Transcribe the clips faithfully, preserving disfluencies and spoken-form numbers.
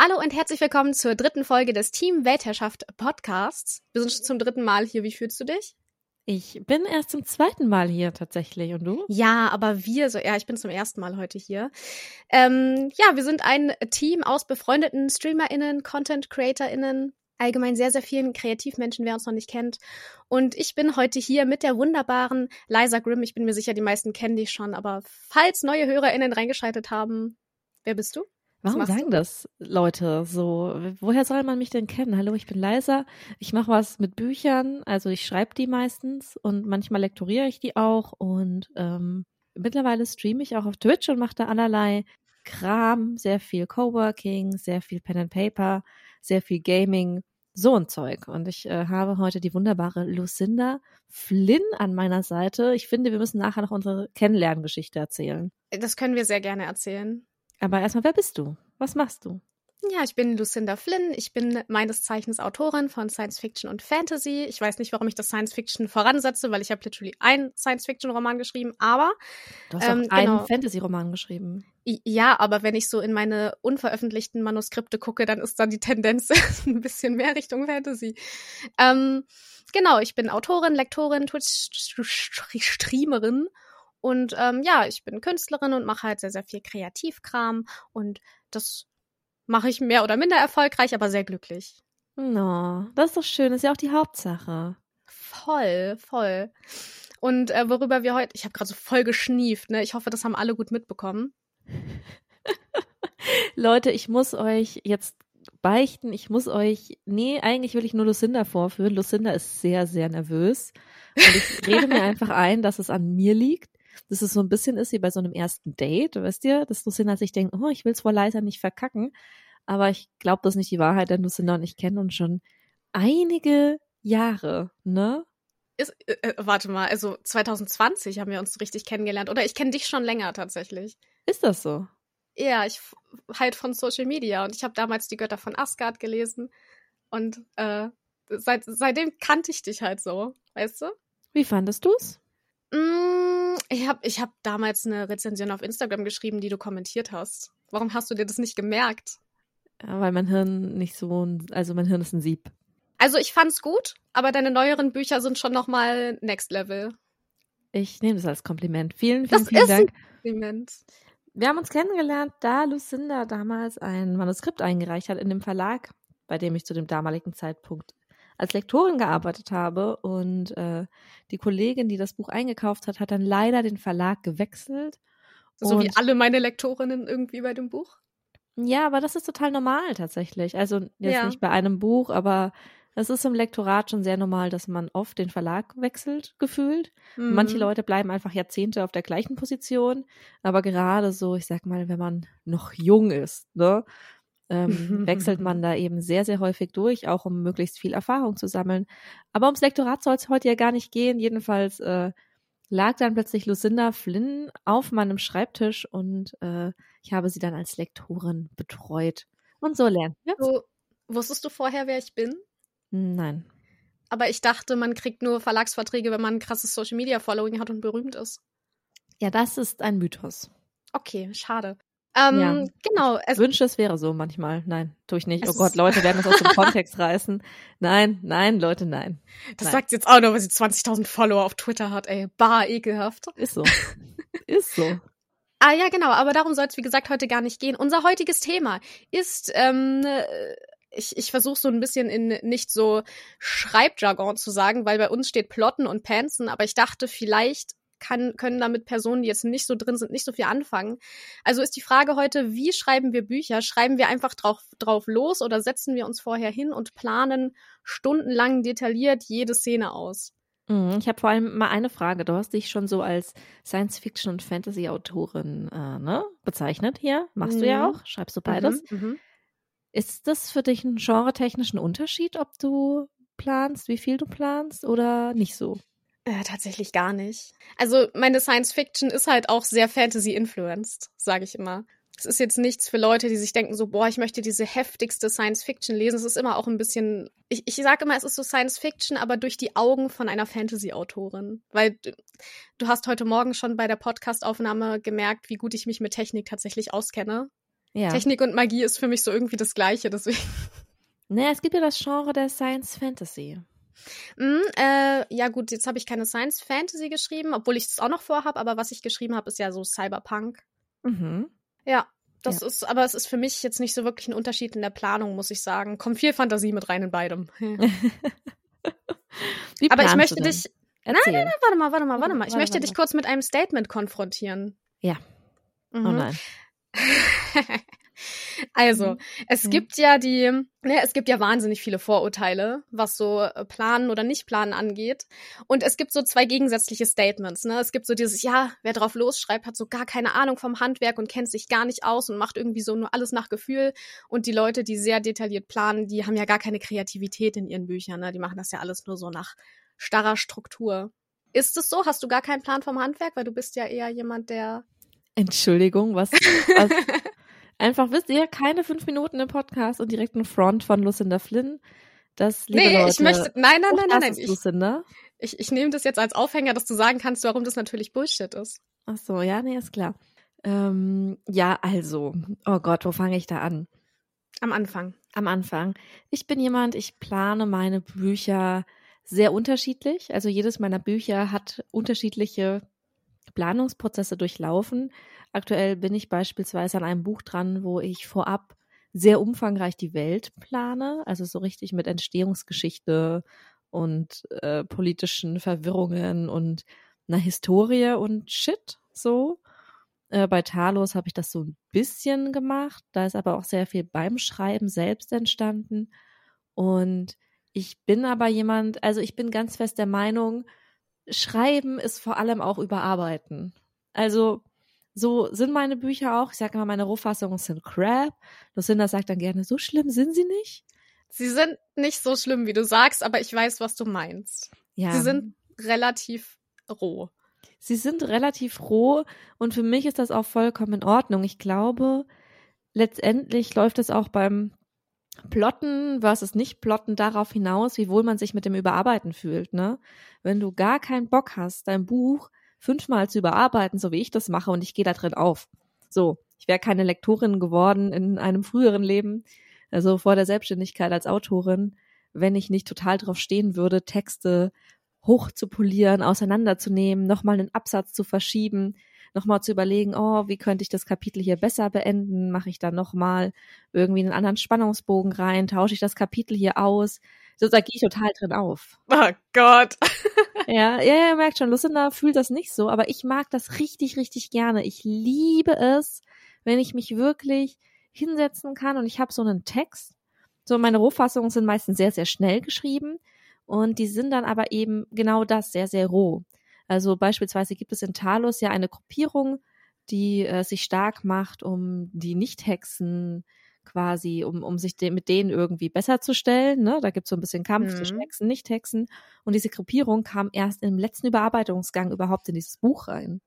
Hallo und herzlich willkommen zur dritten Folge des Team Weltherrschaft Podcasts. Wir sind schon zum dritten Mal hier. Wie fühlst du dich? Ich bin erst zum zweiten Mal hier tatsächlich. Und du? Ja, aber wir so, ja, ich bin zum ersten Mal heute hier. Ähm, ja, wir sind ein Team aus befreundeten StreamerInnen, Content-CreatorInnen, allgemein sehr, sehr vielen Kreativmenschen, wer uns noch nicht kennt. Und ich bin heute hier mit der wunderbaren Liza Grimm. Ich bin mir sicher, die meisten kennen dich schon, aber falls neue HörerInnen reingeschaltet haben, wer bist du? Warum sagen du? das Leute so? Woher soll man mich denn kennen? Hallo, ich bin Liza. Ich mache was mit Büchern, also ich schreibe die meistens und manchmal lektoriere ich die auch und ähm, mittlerweile streame ich auch auf Twitch und mache da allerlei Kram, sehr viel Coworking, sehr viel Pen and Paper, sehr viel Gaming, so ein Zeug. Und ich äh, habe heute die wunderbare Lucinda Flynn an meiner Seite. Ich finde, wir müssen nachher noch unsere Kennenlerngeschichte erzählen. Das können wir sehr gerne erzählen. Aber erstmal, wer bist du? Was machst du? Ja, ich bin Lucinda Flynn. Ich bin meines Zeichens Autorin von Science Fiction und Fantasy. Ich weiß nicht, warum ich das Science Fiction voransetze, weil ich habe literally einen Science Fiction Roman geschrieben, aber du hast ähm, auch einen genau. Fantasy Roman geschrieben. Ja, aber wenn ich so in meine unveröffentlichten Manuskripte gucke, dann ist da die Tendenz ein bisschen mehr Richtung Fantasy. Ähm, genau, ich bin Autorin, Lektorin, Twitch-Streamerin. Und ähm, ja, ich bin Künstlerin und mache halt sehr, sehr viel Kreativkram und das mache ich mehr oder minder erfolgreich, aber sehr glücklich. No, das ist doch schön, das ist ja auch die Hauptsache. Voll, voll. Und äh, worüber wir heute, ich habe gerade so voll geschnieft, ne? Ich hoffe, das haben alle gut mitbekommen. Leute, ich muss euch jetzt beichten, ich muss euch, nee, eigentlich will ich nur Lucinda vorführen. Lucinda ist sehr, sehr nervös und ich rede mir einfach ein, dass es an mir liegt. Dass es so ein bisschen ist wie bei so einem ersten Date, weißt ihr, dass Lucinda sich denkt, oh, ich will's vor Liza nicht verkacken, aber ich glaube, das ist nicht die Wahrheit, denn Lucinda und ich kennen uns schon einige Jahre, ne? Ist, äh, warte mal, also zwanzig zwanzig haben wir uns richtig kennengelernt, oder? Ich kenne dich schon länger tatsächlich. Ist das so? Ja, ich halt von Social Media und ich habe damals die Götter von Asgard gelesen und äh, seit, seitdem kannte ich dich halt so, weißt du? Wie fandest du's? Mm, ich habe ich hab damals eine Rezension auf Instagram geschrieben, die du kommentiert hast. Warum hast du dir das nicht gemerkt? Ja, weil mein Hirn nicht so, also mein Hirn ist ein Sieb. Also ich fand's gut, aber deine neueren Bücher sind schon nochmal Next Level. Ich nehme das als Kompliment. Vielen, vielen, das vielen ist Dank. Ein Kompliment. Wir haben uns kennengelernt, da Lucinda damals ein Manuskript eingereicht hat in dem Verlag, bei dem ich zu dem damaligen Zeitpunkt als Lektorin gearbeitet habe und äh, die Kollegin, die das Buch eingekauft hat, hat dann leider den Verlag gewechselt. So wie alle meine Lektorinnen irgendwie bei dem Buch? Ja, aber das ist total normal tatsächlich. Also jetzt ja. nicht bei einem Buch, aber es ist im Lektorat schon sehr normal, dass man oft den Verlag wechselt, gefühlt. Mhm. Manche Leute bleiben einfach Jahrzehnte auf der gleichen Position, aber gerade so, ich sag mal, wenn man noch jung ist, ne, ähm, wechselt man da eben sehr, sehr häufig durch, auch um möglichst viel Erfahrung zu sammeln. Aber ums Lektorat soll es heute ja gar nicht gehen. Jedenfalls äh, lag dann plötzlich Lucinda Flynn auf meinem Schreibtisch und äh, ich habe sie dann als Lektorin betreut. Und so lernen wir. So, wusstest du vorher, wer ich bin? Nein. Aber ich dachte, man kriegt nur Verlagsverträge, wenn man ein krasses Social-Media-Following hat und berühmt ist. Ja, das ist ein Mythos. Okay, schade. Ähm, ja. Genau. Ich wünsche, es wäre so manchmal. Nein, tue ich nicht. Oh Gott, Leute werden das aus dem Kontext reißen. Nein, nein, Leute, nein. Das nein. sagt sie jetzt auch nur, weil sie zwanzigtausend Follower auf Twitter hat, ey. Bah, ekelhaft. Ist so. Ist so. Ah ja, genau, aber darum soll es, wie gesagt, heute gar nicht gehen. Unser heutiges Thema ist, ähm, ich, ich versuche so ein bisschen in nicht so Schreibjargon zu sagen, weil bei uns steht Plotten und Panzen, aber ich dachte, vielleicht kann, können damit Personen, die jetzt nicht so drin sind, nicht so viel anfangen. Also ist die Frage heute, wie schreiben wir Bücher? Schreiben wir einfach drauf, drauf los oder setzen wir uns vorher hin und planen stundenlang detailliert jede Szene aus? Ich habe vor allem mal eine Frage. Du hast dich schon so als Science-Fiction- und Fantasy-Autorin äh, ne, bezeichnet hier. Machst mhm. du ja auch. Schreibst du beides. Mhm, mhm. Ist das für dich ein genretechnischen Unterschied, ob du planst, wie viel du planst oder nicht so? Äh, tatsächlich gar nicht. Also meine Science-Fiction ist halt auch sehr Fantasy-influenced, sage ich immer. Es ist jetzt nichts für Leute, die sich denken so, boah, ich möchte diese heftigste Science-Fiction lesen. Es ist immer auch ein bisschen, ich, ich sage immer, es ist so Science-Fiction, aber durch die Augen von einer Fantasy-Autorin. Weil du, du hast heute Morgen schon bei der Podcast-Aufnahme gemerkt, wie gut ich mich mit Technik tatsächlich auskenne. Ja. Technik und Magie ist für mich so irgendwie das Gleiche, deswegen. Naja, es gibt ja das Genre der Science Fantasy. Mm, äh, ja gut, jetzt habe ich keine Science Fantasy geschrieben, obwohl ich es auch noch vorhabe, aber was ich geschrieben habe, ist ja so Cyberpunk. Mhm. Ja, das Ja. ist, aber es ist für mich jetzt nicht so wirklich ein Unterschied in der Planung, muss ich sagen. Kommt viel Fantasie mit rein in beidem. Wie Aber ich planst möchte du denn? dich. Erzähl. Nein, nein, nein, warte mal, warte mal, warte mal. Ich Warte, möchte warte, dich warte. kurz mit einem Statement konfrontieren. Ja. Mhm. Oh nein. Also, Mhm. es Ja. gibt ja die, ne, es gibt ja wahnsinnig viele Vorurteile, was so äh, Planen oder Nicht-Planen angeht. Und es gibt so zwei gegensätzliche Statements, ne? Es gibt so dieses, ja, wer drauf losschreibt, hat so gar keine Ahnung vom Handwerk und kennt sich gar nicht aus und macht irgendwie so nur alles nach Gefühl. Und die Leute, die sehr detailliert planen, die haben ja gar keine Kreativität in ihren Büchern, ne? Die machen das ja alles nur so nach starrer Struktur. Ist es so? Hast du gar keinen Plan vom Handwerk? Weil du bist ja eher jemand, der... Entschuldigung, was, was einfach wisst ihr, keine fünf Minuten im Podcast und direkt ein Front von Lucinda Flynn. Das, liebe Nee, Leute, ich möchte, nein, nein, auch nein, nein, das nein. ist Ich, Lucinda. ich, ich nehme das jetzt als Aufhänger, dass du sagen kannst, warum das natürlich Bullshit ist. Ach so, ja, nee, ist klar. Ähm, ja, also, oh Gott, wo fange ich da an? Am Anfang. Am Anfang. Ich bin jemand, ich plane meine Bücher sehr unterschiedlich. Also jedes meiner Bücher hat unterschiedliche Planungsprozesse durchlaufen. Aktuell bin ich beispielsweise an einem Buch dran, wo ich vorab sehr umfangreich die Welt plane, also so richtig mit Entstehungsgeschichte und äh, politischen Verwirrungen und einer Historie und Shit so. Äh, bei Talos habe ich das so ein bisschen gemacht, da ist aber auch sehr viel beim Schreiben selbst entstanden. Und ich bin aber jemand, also ich bin ganz fest der Meinung, Schreiben ist vor allem auch Überarbeiten. Also so sind meine Bücher auch. Ich sage immer, meine Rohfassungen sind crap. Lucinda sagt dann gerne, so schlimm sind sie nicht. Sie sind nicht so schlimm, wie du sagst, aber ich weiß, was du meinst. Ja. Sie sind relativ roh. Sie sind relativ roh und für mich ist das auch vollkommen in Ordnung. Ich glaube, letztendlich läuft es auch beim Plotten versus Nicht-Plotten darauf hinaus, wie wohl man sich mit dem Überarbeiten fühlt, ne? Wenn du gar keinen Bock hast, dein Buch fünfmal zu überarbeiten, so wie ich das mache, und ich gehe da drin auf. So, ich wäre keine Lektorin geworden in einem früheren Leben, also vor der Selbstständigkeit als Autorin, wenn ich nicht total drauf stehen würde, Texte hoch zu polieren, auseinanderzunehmen, nochmal einen Absatz zu verschieben, nochmal zu überlegen, oh, wie könnte ich das Kapitel hier besser beenden? Mache ich da nochmal irgendwie einen anderen Spannungsbogen rein? Tausche ich das Kapitel hier aus? So, da gehe ich total drin auf. Oh Gott. Ja, ja, ihr merkt schon, Lucinda fühlt das nicht so, aber ich mag das richtig, richtig gerne. Ich liebe es, wenn ich mich wirklich hinsetzen kann und ich habe so einen Text. So, meine Rohfassungen sind meistens sehr, sehr schnell geschrieben und die sind dann aber eben genau das, sehr, sehr roh. Also beispielsweise gibt es in Talos ja eine Gruppierung, die äh, sich stark macht, um die Nicht-Hexen quasi, um, um sich de- mit denen irgendwie besser zu stellen. Ne? Da gibt es so ein bisschen Kampf Mhm. zwischen Hexen, Nicht-Hexen. Und diese Gruppierung kam erst im letzten Überarbeitungsgang überhaupt in dieses Buch rein.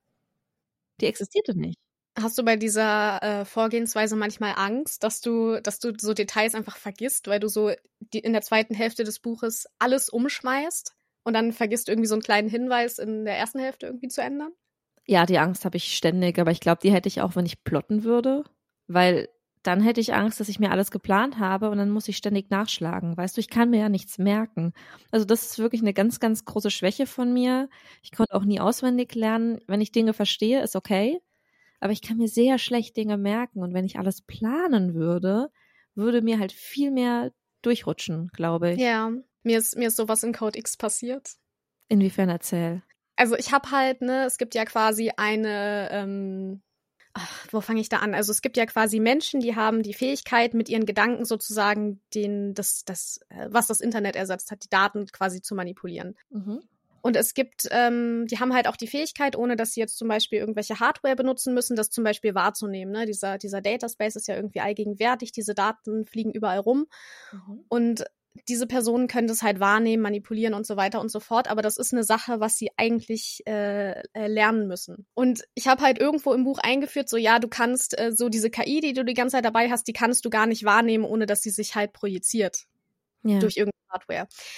Die existierte nicht. Hast du bei dieser äh, Vorgehensweise manchmal Angst, dass du, dass du so Details einfach vergisst, weil du so die, in der zweiten Hälfte des Buches alles umschmeißt und dann vergisst irgendwie so einen kleinen Hinweis in der ersten Hälfte irgendwie zu ändern? Ja, die Angst habe ich ständig, aber ich glaube, die hätte ich auch, wenn ich plotten würde, weil dann hätte ich Angst, dass ich mir alles geplant habe und dann muss ich ständig nachschlagen. Weißt du, ich kann mir ja nichts merken. Also das ist wirklich eine ganz, ganz große Schwäche von mir. Ich konnte auch nie auswendig lernen. Wenn ich Dinge verstehe, ist okay, aber ich kann mir sehr schlecht Dinge merken und wenn ich alles planen würde, würde mir halt viel mehr durchrutschen, glaube ich. Ja, mir ist, mir ist sowas in Code X passiert. Inwiefern erzähl? Also ich habe halt, ne, es gibt ja quasi eine, ähm, ach, wo fange ich da an? Also es gibt ja quasi Menschen, die haben die Fähigkeit, mit ihren Gedanken sozusagen den, das, das, äh, was das Internet ersetzt hat, die Daten quasi zu manipulieren. Mhm. Und es gibt, ähm, die haben halt auch die Fähigkeit, ohne dass sie jetzt zum Beispiel irgendwelche Hardware benutzen müssen, das zum Beispiel wahrzunehmen. Ne? Dieser, dieser Dataspace ist ja irgendwie allgegenwärtig, diese Daten fliegen überall rum. Mhm. Und diese Personen können das halt wahrnehmen, manipulieren und so weiter und so fort. Aber das ist eine Sache, was sie eigentlich äh, äh, lernen müssen. Und ich habe halt irgendwo im Buch eingeführt, so ja, du kannst äh, so diese K I, die du die ganze Zeit dabei hast, die kannst du gar nicht wahrnehmen, ohne dass sie sich halt projiziert Ja. durch irgendeine Hardware.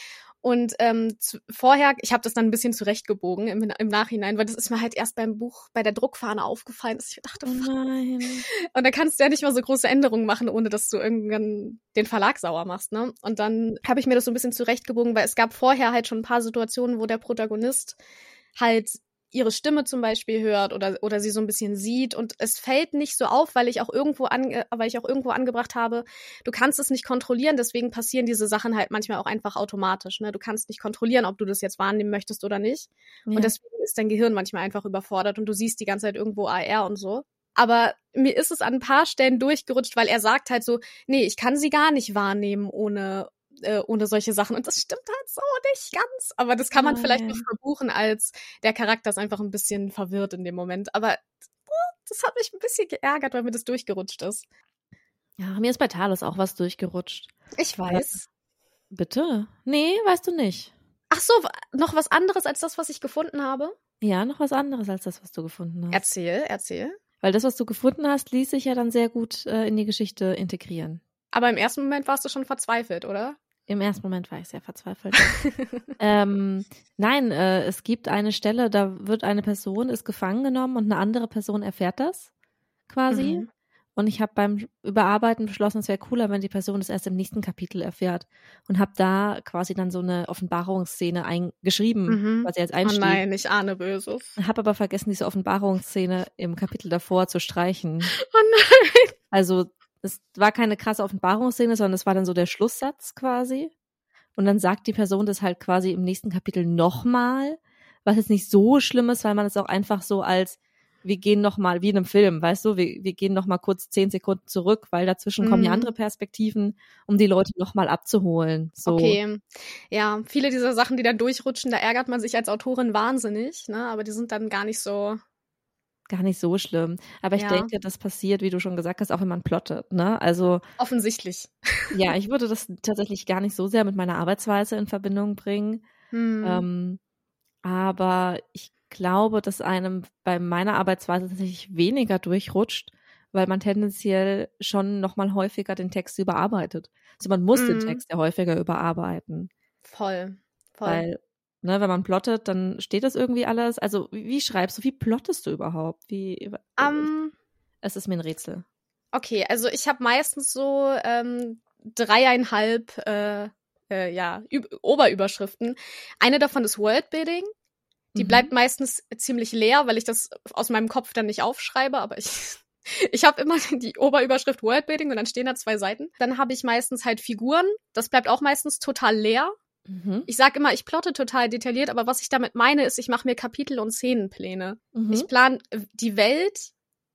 Und ähm, zu, vorher, ich habe das dann ein bisschen zurechtgebogen im, im Nachhinein, weil das ist mir halt erst beim Buch, bei der Druckfahne aufgefallen, dass ich dachte, Oh nein. und da kannst du ja nicht mal so große Änderungen machen, ohne dass du irgendwann den Verlag sauer machst, ne? Und dann habe ich mir das so ein bisschen zurechtgebogen, weil es gab vorher halt schon ein paar Situationen, wo der Protagonist halt ihre Stimme zum Beispiel hört oder oder sie so ein bisschen sieht und es fällt nicht so auf, weil ich auch irgendwo an, äh, weil ich auch irgendwo angebracht habe, du kannst es nicht kontrollieren, deswegen passieren diese Sachen halt manchmal auch einfach automatisch, ne? Du kannst nicht kontrollieren, ob du das jetzt wahrnehmen möchtest oder nicht. Ja. Und deswegen ist dein Gehirn manchmal einfach überfordert und du siehst die ganze Zeit irgendwo A R und so. Aber mir ist es an ein paar Stellen durchgerutscht, weil er sagt halt so, nee, ich kann sie gar nicht wahrnehmen ohne Äh, ohne solche Sachen. Und das stimmt halt so nicht ganz. Aber das kann man Nein. vielleicht noch verbuchen, als der Charakter ist einfach ein bisschen verwirrt in dem Moment. Aber das hat mich ein bisschen geärgert, weil mir das durchgerutscht ist. Ja, mir ist bei Talos auch was durchgerutscht. Ich weiß. Bitte? Nee, weißt du nicht. Ach so, noch was anderes als das, was ich gefunden habe? Ja, noch was anderes als das, was du gefunden hast. Erzähl, erzähl. Weil das, was du gefunden hast, ließ sich ja dann sehr gut äh, in die Geschichte integrieren. Aber im ersten Moment warst du schon verzweifelt, oder? Im ersten Moment war ich sehr verzweifelt. ähm, nein, äh, es gibt eine Stelle, da wird eine Person, ist gefangen genommen und eine andere Person erfährt das quasi. Mhm. Und ich habe beim Überarbeiten beschlossen, es wäre cooler, wenn die Person das erst im nächsten Kapitel erfährt. Und habe da quasi dann so eine Offenbarungsszene eingeschrieben, mhm. quasi als Einstieg. Oh nein, ich ahne Böses. Habe aber vergessen, diese Offenbarungsszene im Kapitel davor zu streichen. Oh nein! Also es war keine krasse Offenbarungsszene, sondern es war dann so der Schlusssatz quasi. Und dann sagt die Person das halt quasi im nächsten Kapitel nochmal, was jetzt nicht so schlimm ist, weil man es auch einfach so als, wir gehen nochmal, wie in einem Film, weißt du, wir, wir gehen nochmal kurz zehn Sekunden zurück, weil dazwischen mhm. kommen ja andere Perspektiven, um die Leute nochmal abzuholen. So. Okay, ja, viele dieser Sachen, die dann durchrutschen, da ärgert man sich als Autorin wahnsinnig, ne? Aber die sind dann gar nicht so... Gar nicht so schlimm. Aber ich ja. denke, das passiert, wie du schon gesagt hast, auch wenn man plottet, ne? Also offensichtlich. Ja, ich würde das tatsächlich gar nicht so sehr mit meiner Arbeitsweise in Verbindung bringen. Hm. Ähm, aber ich glaube, dass einem bei meiner Arbeitsweise tatsächlich weniger durchrutscht, weil man tendenziell schon noch mal häufiger den Text überarbeitet. Also man muss hm. den Text ja häufiger überarbeiten. Voll, voll. Weil Ne, wenn man plottet, dann steht das irgendwie alles. Also wie, wie schreibst du, wie plottest du überhaupt? Wie, um, es ist mir ein Rätsel. Okay, also ich habe meistens so ähm, dreieinhalb äh, äh, ja, Üb- Oberüberschriften. Eine davon ist Worldbuilding. Die mhm. bleibt meistens ziemlich leer, weil ich das aus meinem Kopf dann nicht aufschreibe, aber ich ich habe immer die Oberüberschrift Worldbuilding und dann stehen da zwei Seiten. Dann habe ich meistens halt Figuren. Das bleibt auch meistens total leer. Mhm. Ich sag immer, ich plotte total detailliert, aber was ich damit meine, ist, ich mache mir Kapitel- und Szenenpläne. Mhm. Ich plane die Welt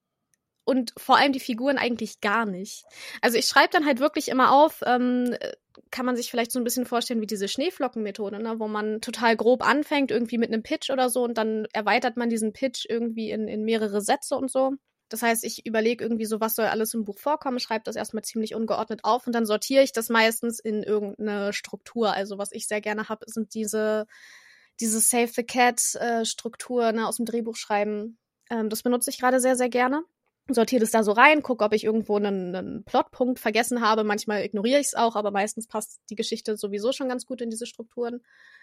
und vor allem die Figuren eigentlich gar nicht. Also ich schreibe dann halt wirklich immer auf, ähm, kann man sich vielleicht so ein bisschen vorstellen wie diese Schneeflockenmethode, ne, wo man total grob anfängt, irgendwie mit einem Pitch oder so und dann erweitert man diesen Pitch irgendwie in, in mehrere Sätze und so. Das heißt, ich überlege irgendwie so, was soll alles im Buch vorkommen, schreibe das erstmal ziemlich ungeordnet auf und dann sortiere ich das meistens in irgendeine Struktur. Also was ich sehr gerne habe, sind diese, diese Save the Cat-Struktur, ne, aus dem Drehbuch schreiben. Ähm, das benutze ich gerade sehr, sehr gerne. Sortiere das da so rein, gucke, ob ich irgendwo einen, einen Plotpunkt vergessen habe. Manchmal ignoriere ich es auch, aber meistens passt die Geschichte sowieso schon ganz gut in diese Strukturen.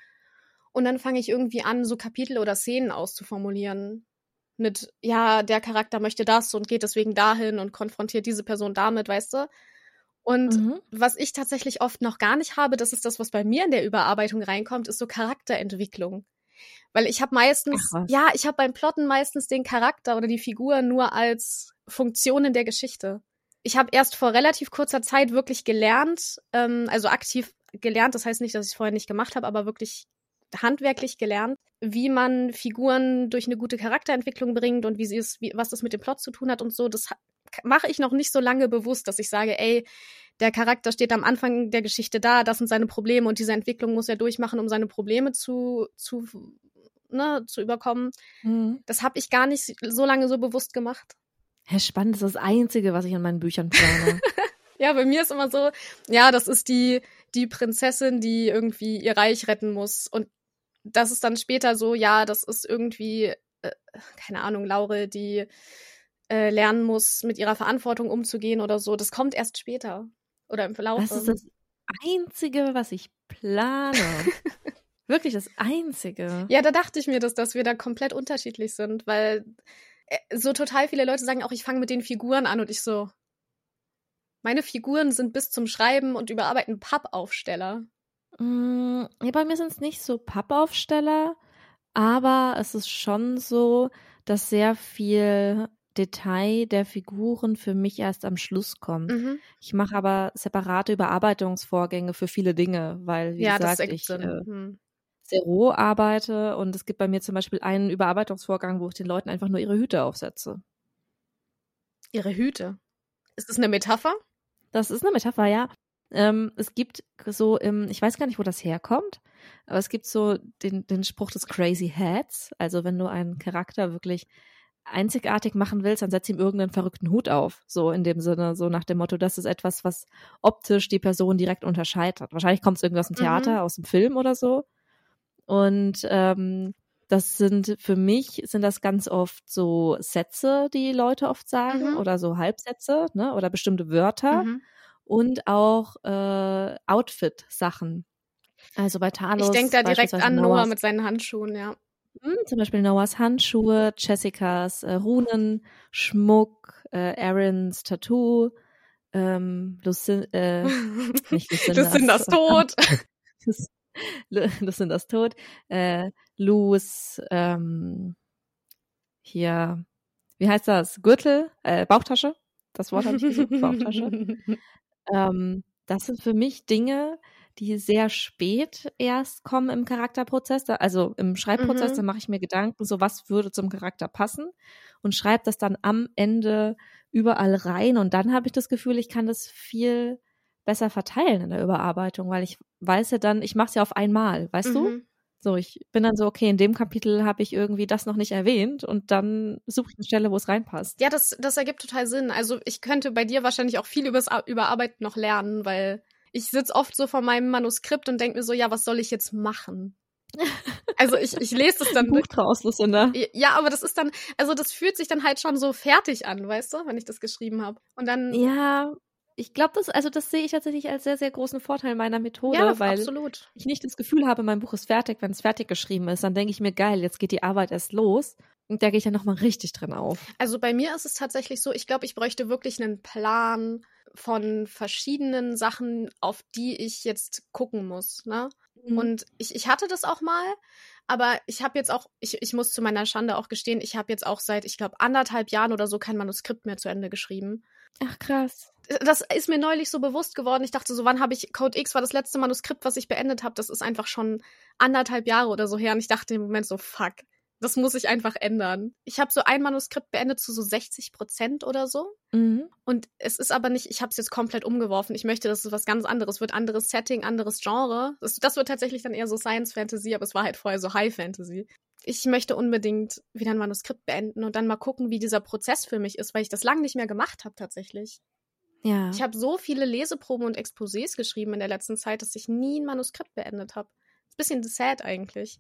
Und dann fange ich irgendwie an, so Kapitel oder Szenen auszuformulieren. Mit, ja, der Charakter möchte das und geht deswegen dahin und konfrontiert diese Person damit, weißt du? Und mhm. was ich tatsächlich oft noch gar nicht habe, das ist das, was bei mir in der Überarbeitung reinkommt, ist so Charakterentwicklung. Weil ich habe meistens, ja, ich habe beim Plotten meistens den Charakter oder die Figur nur als Funktion in der Geschichte. Ich habe erst vor relativ kurzer Zeit wirklich gelernt, ähm, also aktiv gelernt, das heißt nicht, dass ich es vorher nicht gemacht habe, aber wirklich handwerklich gelernt, wie man Figuren durch eine gute Charakterentwicklung bringt und wie sie es, wie, was das mit dem Plot zu tun hat und so. Das ha- mache ich noch nicht so lange bewusst, dass ich sage, ey, der Charakter steht am Anfang der Geschichte da, das sind seine Probleme und diese Entwicklung muss er durchmachen, um seine Probleme zu, zu, ne, zu überkommen. Mhm. Das habe ich gar nicht so lange so bewusst gemacht. Ja, spannend, das ist das Einzige, was ich in meinen Büchern plane. Ja, bei mir ist immer so, ja, das ist die, die Prinzessin, die irgendwie ihr Reich retten muss. Und das ist dann später so, ja, das ist irgendwie, äh, keine Ahnung, Laure, die äh, lernen muss, mit ihrer Verantwortung umzugehen oder so. Das kommt erst später oder im Verlauf. Das ist das Einzige, was ich plane. Wirklich das Einzige. Ja, da dachte ich mir, dass, dass wir da komplett unterschiedlich sind, weil so total viele Leute sagen auch, ich fange mit den Figuren an und ich so, meine Figuren sind bis zum Schreiben und Überarbeiten Pappaufsteller. Mm, ja, bei mir sind es nicht so Pappaufsteller, aber es ist schon so, dass sehr viel Detail der Figuren für mich erst am Schluss kommt. Mhm. Ich mache aber separate Überarbeitungsvorgänge für viele Dinge, weil, wie ja, gesagt, das ich Sinn. äh, Hm. sehr roh arbeite und es gibt bei mir zum Beispiel einen Überarbeitungsvorgang, wo ich den Leuten einfach nur ihre Hüte aufsetze. Ihre Hüte? Ist das eine Metapher? Das ist eine Metapher, ja. Ähm, es gibt so im, ich weiß gar nicht, wo das herkommt, aber es gibt so den, den Spruch des Crazy Hats. Also wenn du einen Charakter wirklich einzigartig machen willst, dann setz ihm irgendeinen verrückten Hut auf. So in dem Sinne, so nach dem Motto, das ist etwas, was optisch die Person direkt unterscheidet. Wahrscheinlich kommt es irgendwie aus dem Theater, Mhm. aus dem Film oder so. Und ähm, das sind für mich, sind das ganz oft so Sätze, die Leute oft sagen Mhm. oder so Halbsätze, ne, oder bestimmte Wörter. Mhm. Und auch äh, Outfit-Sachen. Also bei Talos Ich denke da direkt beispielsweise an Noah Noahs, mit seinen Handschuhen, ja. hm, zum Beispiel Noahs Handschuhe, Jessicas äh, Runen, Schmuck, äh, Aarons Tattoo, ähm, Lucin äh, nicht Lucindas. Lucindas Tod. Lu- Lucindas Tod, äh, Lus, ähm, hier, wie heißt das? Gürtel, äh, Bauchtasche. Das Wort habe ich gesucht, Bauchtasche. Ähm, das sind für mich Dinge, die sehr spät erst kommen im Charakterprozess, da, also im Schreibprozess, Mhm. da mache ich mir Gedanken, so was würde zum Charakter passen und schreibe das dann am Ende überall rein und dann habe ich das Gefühl, ich kann das viel besser verteilen in der Überarbeitung, weil ich weiß ja dann, ich mache es ja auf einmal, weißt du? Mhm. So, ich bin dann so, okay, in dem Kapitel habe ich irgendwie das noch nicht erwähnt und dann suche ich eine Stelle, wo es reinpasst. Ja, das, das ergibt total Sinn. Also ich könnte bei dir wahrscheinlich auch viel übers Ar- Überarbeiten noch lernen, weil ich sitze oft so vor meinem Manuskript und denke mir so, ja, was soll ich jetzt machen? Also ich, ich lese es dann. Buch draus, Lucinda. Ja, aber das ist dann, also das fühlt sich dann halt schon so fertig an, weißt du, wenn ich das geschrieben habe. Und dann. Ja, ich glaube, das, also das sehe ich tatsächlich als sehr, sehr großen Vorteil meiner Methode, Ja, weil absolut. ich nicht das Gefühl habe, mein Buch ist fertig, wenn es fertig geschrieben ist. Dann denke ich mir, geil, jetzt geht die Arbeit erst los. Und da gehe ich dann nochmal richtig drin auf. Also bei mir ist es tatsächlich so, ich glaube, ich bräuchte wirklich einen Plan von verschiedenen Sachen, auf die ich jetzt gucken muss, ne? Mhm. Und ich, ich hatte das auch mal, aber ich habe jetzt auch, ich, ich muss zu meiner Schande auch gestehen, ich habe jetzt auch seit, ich glaube, anderthalb Jahren oder so kein Manuskript mehr zu Ende geschrieben. Ach, krass. Das ist mir neulich so bewusst geworden. Ich dachte so, wann habe ich, Code X war das letzte Manuskript, was ich beendet habe. Das ist einfach schon anderthalb Jahre oder so her. Und ich dachte im Moment so, fuck, das muss ich einfach ändern. Ich habe so ein Manuskript beendet zu so sechzig Prozent oder so. Mhm. Und es ist aber nicht, ich habe es jetzt komplett umgeworfen. Ich möchte, dass es was ganz anderes wird. Anderes Setting, anderes Genre. Das, das wird tatsächlich dann eher so Science Fantasy, aber es war halt vorher so High Fantasy. Ich möchte unbedingt wieder ein Manuskript beenden und dann mal gucken, wie dieser Prozess für mich ist, weil ich das lange nicht mehr gemacht habe tatsächlich. Ja. Ich habe so viele Leseproben und Exposés geschrieben in der letzten Zeit, dass ich nie ein Manuskript beendet habe. Ist ein bisschen sad eigentlich.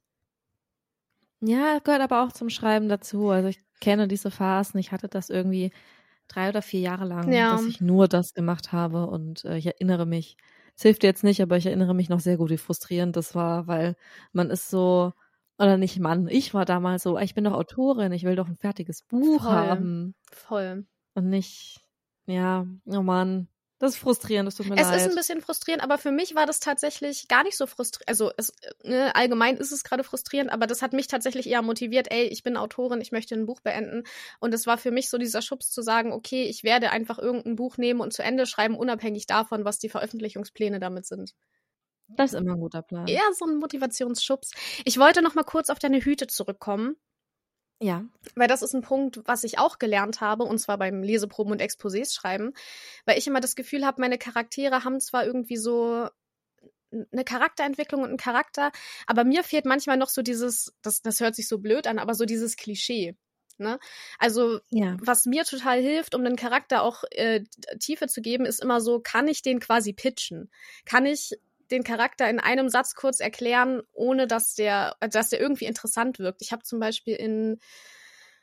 Ja, gehört aber auch zum Schreiben dazu. Also ich kenne diese Phasen. Ich hatte das irgendwie drei oder vier Jahre lang, Ja. dass ich nur das gemacht habe und äh, ich erinnere mich, es hilft jetzt nicht, aber ich erinnere mich noch sehr gut, wie frustrierend das war, weil man ist so, oder nicht Mann, ich war damals so, ich bin doch Autorin, ich will doch ein fertiges Buch Voll. haben Voll. und nicht, ja, oh Mann, das ist frustrierend, das tut mir Es leid. ist ein bisschen frustrierend, aber für mich war das tatsächlich gar nicht so frustrierend. Also es, ne, allgemein ist es gerade frustrierend, aber das hat mich tatsächlich eher motiviert, ey, ich bin Autorin, ich möchte ein Buch beenden. Und es war für mich so dieser Schubs zu sagen, okay, ich werde einfach irgendein Buch nehmen und zu Ende schreiben, unabhängig davon, was die Veröffentlichungspläne damit sind. Das ist immer ein guter Plan. Eher so ein Motivationsschubs. Ich wollte noch mal kurz auf deine Hüte zurückkommen. Ja. Weil das ist ein Punkt, was ich auch gelernt habe, und zwar beim Leseproben und Exposés schreiben, weil ich immer das Gefühl habe, meine Charaktere haben zwar irgendwie so eine Charakterentwicklung und einen Charakter, aber mir fehlt manchmal noch so dieses, das, das hört sich so blöd an, aber so dieses Klischee. Ne? Also Ja. was mir total hilft, um den Charakter auch äh, Tiefe zu geben, ist immer so, kann ich den quasi pitchen? Kann ich den Charakter in einem Satz kurz erklären, ohne dass der, dass der irgendwie interessant wirkt? Ich habe zum Beispiel in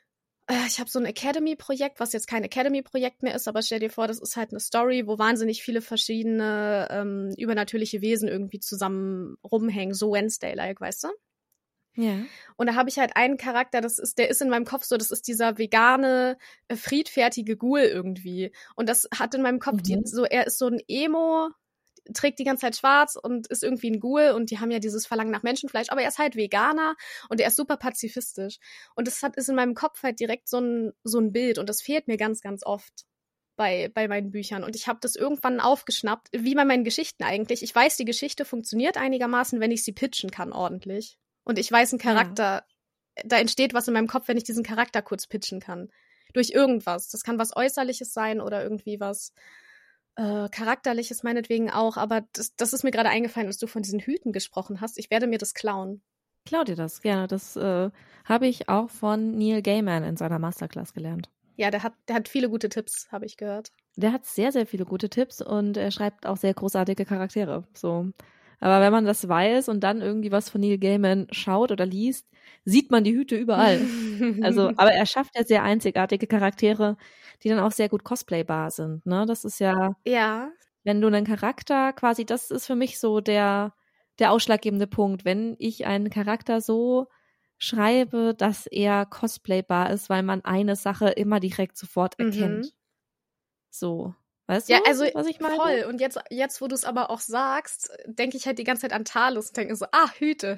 Ich habe so ein Academy-Projekt, was jetzt kein Academy-Projekt mehr ist, aber stell dir vor, das ist halt eine Story, wo wahnsinnig viele verschiedene ähm, übernatürliche Wesen irgendwie zusammen rumhängen, so Wednesday-like, weißt du? Ja. Und da habe ich halt einen Charakter, das ist, der ist in meinem Kopf so, das ist dieser vegane, äh, friedfertige Ghoul irgendwie. Und das hat in meinem Kopf, Mhm. die, so, er ist so ein Emo, trägt die ganze Zeit schwarz und ist irgendwie ein Ghoul und die haben ja dieses Verlangen nach Menschenfleisch, aber er ist halt Veganer und er ist super pazifistisch. Und das hat, ist in meinem Kopf halt direkt so ein, so ein Bild und das fehlt mir ganz, ganz oft bei, bei meinen Büchern. Und ich habe das irgendwann aufgeschnappt, wie bei meinen Geschichten eigentlich. Ich weiß, die Geschichte funktioniert einigermaßen, wenn ich sie pitchen kann ordentlich. Und ich weiß, ein Charakter, ja. da entsteht was in meinem Kopf, wenn ich diesen Charakter kurz pitchen kann. Durch irgendwas. Das kann was Äußerliches sein oder irgendwie was Äh, Charakterliches meinetwegen auch, aber das, das ist mir gerade eingefallen, als du von diesen Hüten gesprochen hast. Ich werde mir das klauen. Klau dir das, gerne. Das äh, habe ich auch von Neil Gaiman in seiner Masterclass gelernt. Ja, der hat, der hat viele gute Tipps, habe ich gehört. Der hat sehr, sehr viele gute Tipps und er schreibt auch sehr großartige Charaktere. So. Aber wenn man das weiß und dann irgendwie was von Neil Gaiman schaut oder liest, sieht man die Hüte überall. Also, aber er schafft ja sehr einzigartige Charaktere, die dann auch sehr gut cosplaybar sind, ne? Das ist ja, ja, wenn du einen Charakter quasi, das ist für mich so der, der ausschlaggebende Punkt, wenn ich einen Charakter so schreibe, dass er cosplaybar ist, weil man eine Sache immer direkt sofort erkennt. Mhm. So. Weißt ja, du, also was ich meine? voll. Und jetzt, jetzt wo du es aber auch sagst, denke ich halt die ganze Zeit an Talos und denke so, ah, Hüte.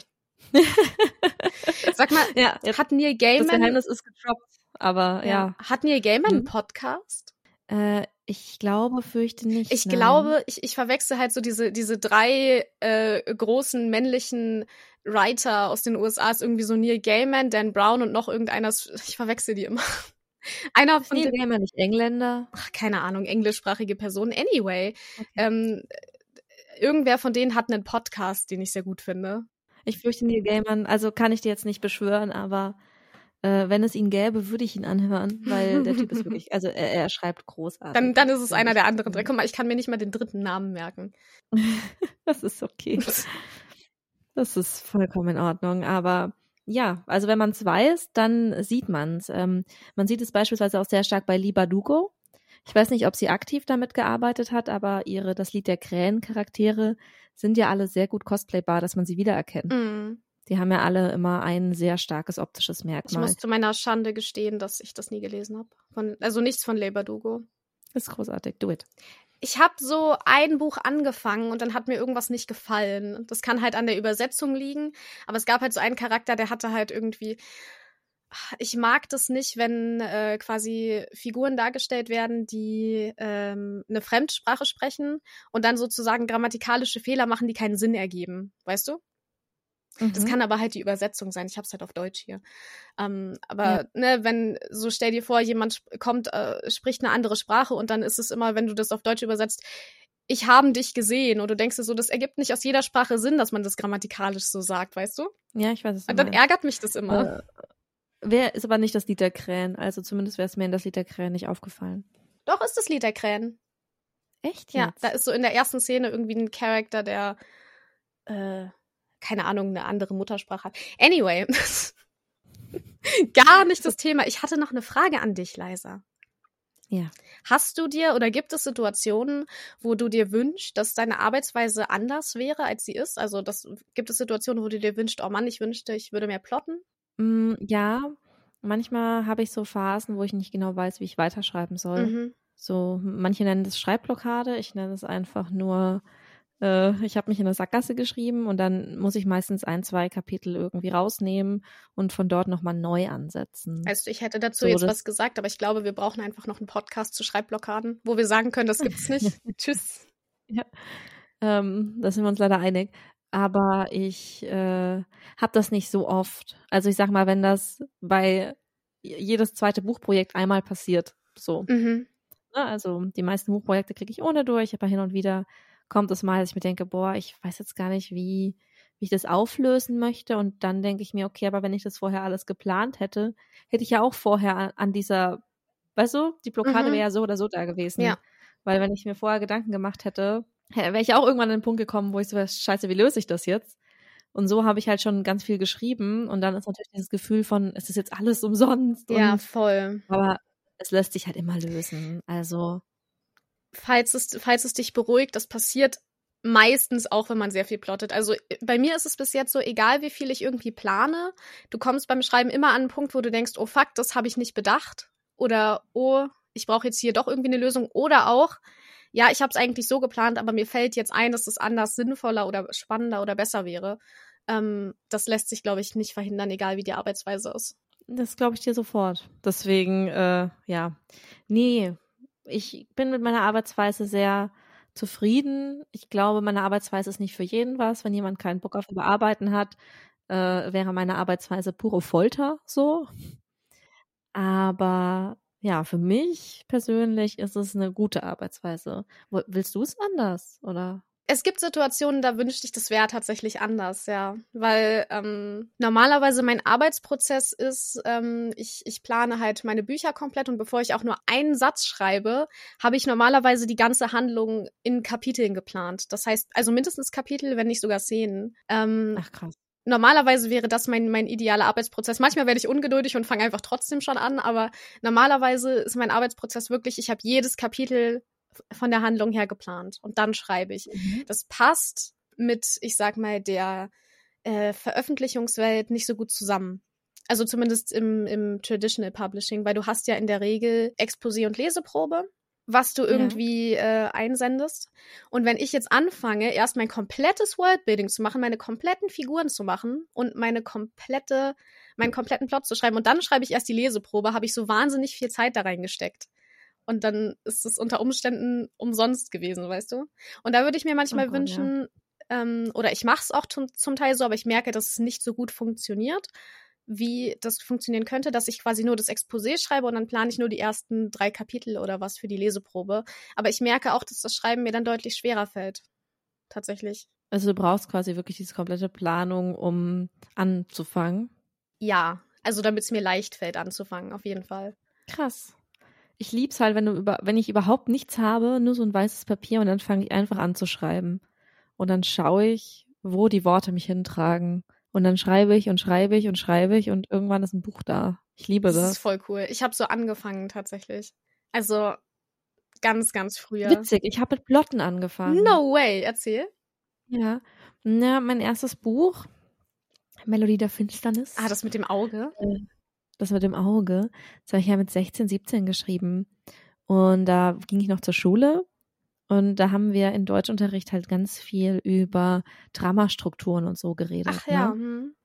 Sag mal, ja, jetzt, hat Neil das Gaiman, Geheimnis ist gedroppt, aber ja. ja, hat Neil Gaiman Hm? einen Podcast? Äh, ich glaube, fürchte nicht. Ich nein. glaube, ich, ich verwechsel halt so diese, diese drei äh, großen männlichen Writer aus den U S A, ist irgendwie so Neil Gaiman, Dan Brown und noch irgendeiner, ich verwechsel die immer. Einer von Neil den, Gaiman nicht Engländer? ach, keine Ahnung, englischsprachige Person. Anyway, Okay. ähm, irgendwer von denen hat einen Podcast, den ich sehr gut finde. Ich fürchte Neil Gaiman, also kann ich dir jetzt nicht beschwören, aber äh, wenn es ihn gäbe, würde ich ihn anhören, weil der Typ ist wirklich, also er, er schreibt großartig. Dann, dann ist es finde einer ich. der anderen drei. Guck mal, ich kann mir nicht mal den dritten Namen merken. Das ist okay. Das ist vollkommen in Ordnung, aber ja, also wenn man es weiß, dann sieht man es. Ähm, man sieht es beispielsweise auch sehr stark bei Leigh Bardugo. Ich weiß nicht, ob sie aktiv damit gearbeitet hat, aber ihre Das Lied der Krähen-Charaktere sind ja alle sehr gut cosplaybar, dass man sie wiedererkennt. Mm. Die haben ja alle immer ein sehr starkes optisches Ich Merkmal. muss zu meiner Schande gestehen, dass ich das nie gelesen habe. Von, also nichts von Leigh Bardugo. Das ist großartig, do it. Ich habe so ein Buch angefangen und dann hat mir irgendwas nicht gefallen. Das kann halt an der Übersetzung liegen, aber es gab halt so einen Charakter, der hatte halt irgendwie, ich mag das nicht, wenn äh, quasi Figuren dargestellt werden, die ähm, eine Fremdsprache sprechen und dann sozusagen grammatikalische Fehler machen, die keinen Sinn ergeben, weißt du? Mhm. Das kann aber halt die Übersetzung sein. Ich hab's halt auf Deutsch hier. Ähm, aber Ja. ne, wenn, so stell dir vor, jemand sp- kommt, äh, spricht eine andere Sprache und dann ist es immer, wenn du das auf Deutsch übersetzt, ich habe dich gesehen und du denkst dir so, das ergibt nicht aus jeder Sprache Sinn, dass man das grammatikalisch so sagt, weißt du? Ja, ich weiß es Und dann nicht. ärgert mich das immer. Äh, wer ist aber nicht Das Lied der Krähen, also zumindest wäre es mir in Das Lied der Krähen nicht aufgefallen. Doch, ist das Lied der Krähen. Echt Ja, jetzt? da ist so in der ersten Szene irgendwie ein Charakter, der, äh, keine Ahnung, eine andere Muttersprache hat. Anyway, gar nicht das Thema. Ich hatte noch eine Frage an dich, Leisa. Ja. Hast du dir oder gibt es Situationen, wo du dir wünschst, dass deine Arbeitsweise anders wäre, als sie ist? Also das, gibt es Situationen, wo du dir wünschst, oh Mann, ich wünschte, ich würde mehr plotten? Mm, ja, manchmal habe ich so Phasen, wo ich nicht genau weiß, wie ich weiterschreiben soll. Mhm. So, manche nennen das Schreibblockade, ich nenne es einfach nur, äh, ich habe mich in eine Sackgasse geschrieben und dann muss ich meistens ein, zwei Kapitel irgendwie rausnehmen und von dort nochmal neu ansetzen. Also ich hätte dazu So, jetzt das- was gesagt, aber ich glaube, wir brauchen einfach noch einen Podcast zu Schreibblockaden, wo wir sagen können, das gibt's nicht. Tschüss. Ähm, da sind wir uns leider einig. Aber ich äh, habe das nicht so oft. Also ich sag mal, wenn das bei jedes zweite Buchprojekt einmal passiert, so. Mhm. Ne? Also die meisten Buchprojekte kriege ich ohne durch, aber hin und wieder kommt es mal, dass ich mir denke, boah, ich weiß jetzt gar nicht, wie, wie ich das auflösen möchte. Und dann denke ich mir, okay, aber wenn ich das vorher alles geplant hätte, hätte ich ja auch vorher an, an dieser, weißt du, die Blockade Mhm. wäre ja so oder so da gewesen. Ja. Weil wenn ich mir vorher Gedanken gemacht hätte, wäre ich auch irgendwann an den Punkt gekommen, wo ich so, scheiße, wie löse ich das jetzt? Und so habe ich halt schon ganz viel geschrieben und dann ist natürlich dieses Gefühl von, es ist jetzt alles umsonst. Ja, und, voll. Aber es lässt sich halt immer lösen. Also Falls es, falls es dich beruhigt, das passiert meistens auch, wenn man sehr viel plottet. Also bei mir ist es bis jetzt so, egal wie viel ich irgendwie plane, du kommst beim Schreiben immer an einen Punkt, wo du denkst, oh fuck, das habe ich nicht bedacht. Oder oh, ich brauche jetzt hier doch irgendwie eine Lösung. Oder auch, ja, ich habe es eigentlich so geplant, aber mir fällt jetzt ein, dass das anders sinnvoller oder spannender oder besser wäre. Ähm, das lässt sich, glaube ich, nicht verhindern, egal wie die Arbeitsweise ist. Das glaube ich dir sofort. Deswegen, äh, ja, nee, ich bin mit meiner Arbeitsweise sehr zufrieden. Ich glaube, meine Arbeitsweise ist nicht für jeden was. Wenn jemand keinen Bock auf Überarbeiten hat, äh, wäre meine Arbeitsweise pure Folter so. Aber ja, für mich persönlich ist es eine gute Arbeitsweise. Willst du es anders, oder? Es gibt Situationen, da wünschte ich, das wäre tatsächlich anders, ja. Weil ähm, normalerweise mein Arbeitsprozess ist, ähm, ich, ich plane halt meine Bücher komplett und bevor ich auch nur einen Satz schreibe, habe ich normalerweise die ganze Handlung in Kapiteln geplant. Das heißt, also mindestens Kapitel, wenn nicht sogar Szenen. Ähm, Ach krass. Normalerweise wäre das mein, mein idealer Arbeitsprozess. Manchmal werde ich ungeduldig und fange einfach trotzdem schon an, aber normalerweise ist mein Arbeitsprozess wirklich, ich habe jedes Kapitel von der Handlung her geplant und dann schreibe ich. Mhm. Das passt mit, ich sag mal, der äh, Veröffentlichungswelt nicht so gut zusammen. Also zumindest im, im Traditional Publishing, weil du hast ja in der Regel Exposé und Leseprobe, was du irgendwie ja. äh, einsendest. Und wenn ich jetzt anfange, erst mein komplettes Worldbuilding zu machen, meine kompletten Figuren zu machen und meine komplette, meinen kompletten Plot zu schreiben und dann schreibe ich erst die Leseprobe, habe ich so wahnsinnig viel Zeit da reingesteckt. Und dann ist es unter Umständen umsonst gewesen, weißt du? Und da würde ich mir manchmal oh Gott, wünschen, ja. ähm, oder ich mache es auch zum, zum Teil so, aber ich merke, dass es nicht so gut funktioniert, wie das funktionieren könnte, dass ich quasi nur das Exposé schreibe und dann plane ich nur die ersten drei Kapitel oder was für die Leseprobe. Aber ich merke auch, dass das Schreiben mir dann deutlich schwerer fällt. Tatsächlich. Also du brauchst quasi wirklich diese komplette Planung, um anzufangen? Ja, also damit es mir leicht fällt, anzufangen, auf jeden Fall. Krass. Ich lieb's halt, wenn du über, wenn ich überhaupt nichts habe, nur so ein weißes Papier und dann fange ich einfach an zu schreiben. Und dann schaue ich, wo die Worte mich hintragen. Und dann schreibe ich und schreibe ich und schreibe ich und irgendwann ist ein Buch da. Ich liebe das. Das ist voll cool. Ich habe so angefangen tatsächlich. Also ganz, ganz früher. Witzig, ich habe mit Plotten angefangen. No way, erzähl. Ja, ja, mein erstes Buch, Melodie der Finsternis. Ah, das mit dem Auge? Das mit dem Auge, das habe ich ja mit sechzehn, siebzehn geschrieben. Und da ging ich noch zur Schule. Und da haben wir in Deutschunterricht halt ganz viel über Dramastrukturen und so geredet. Ach ja. Ne? Hm.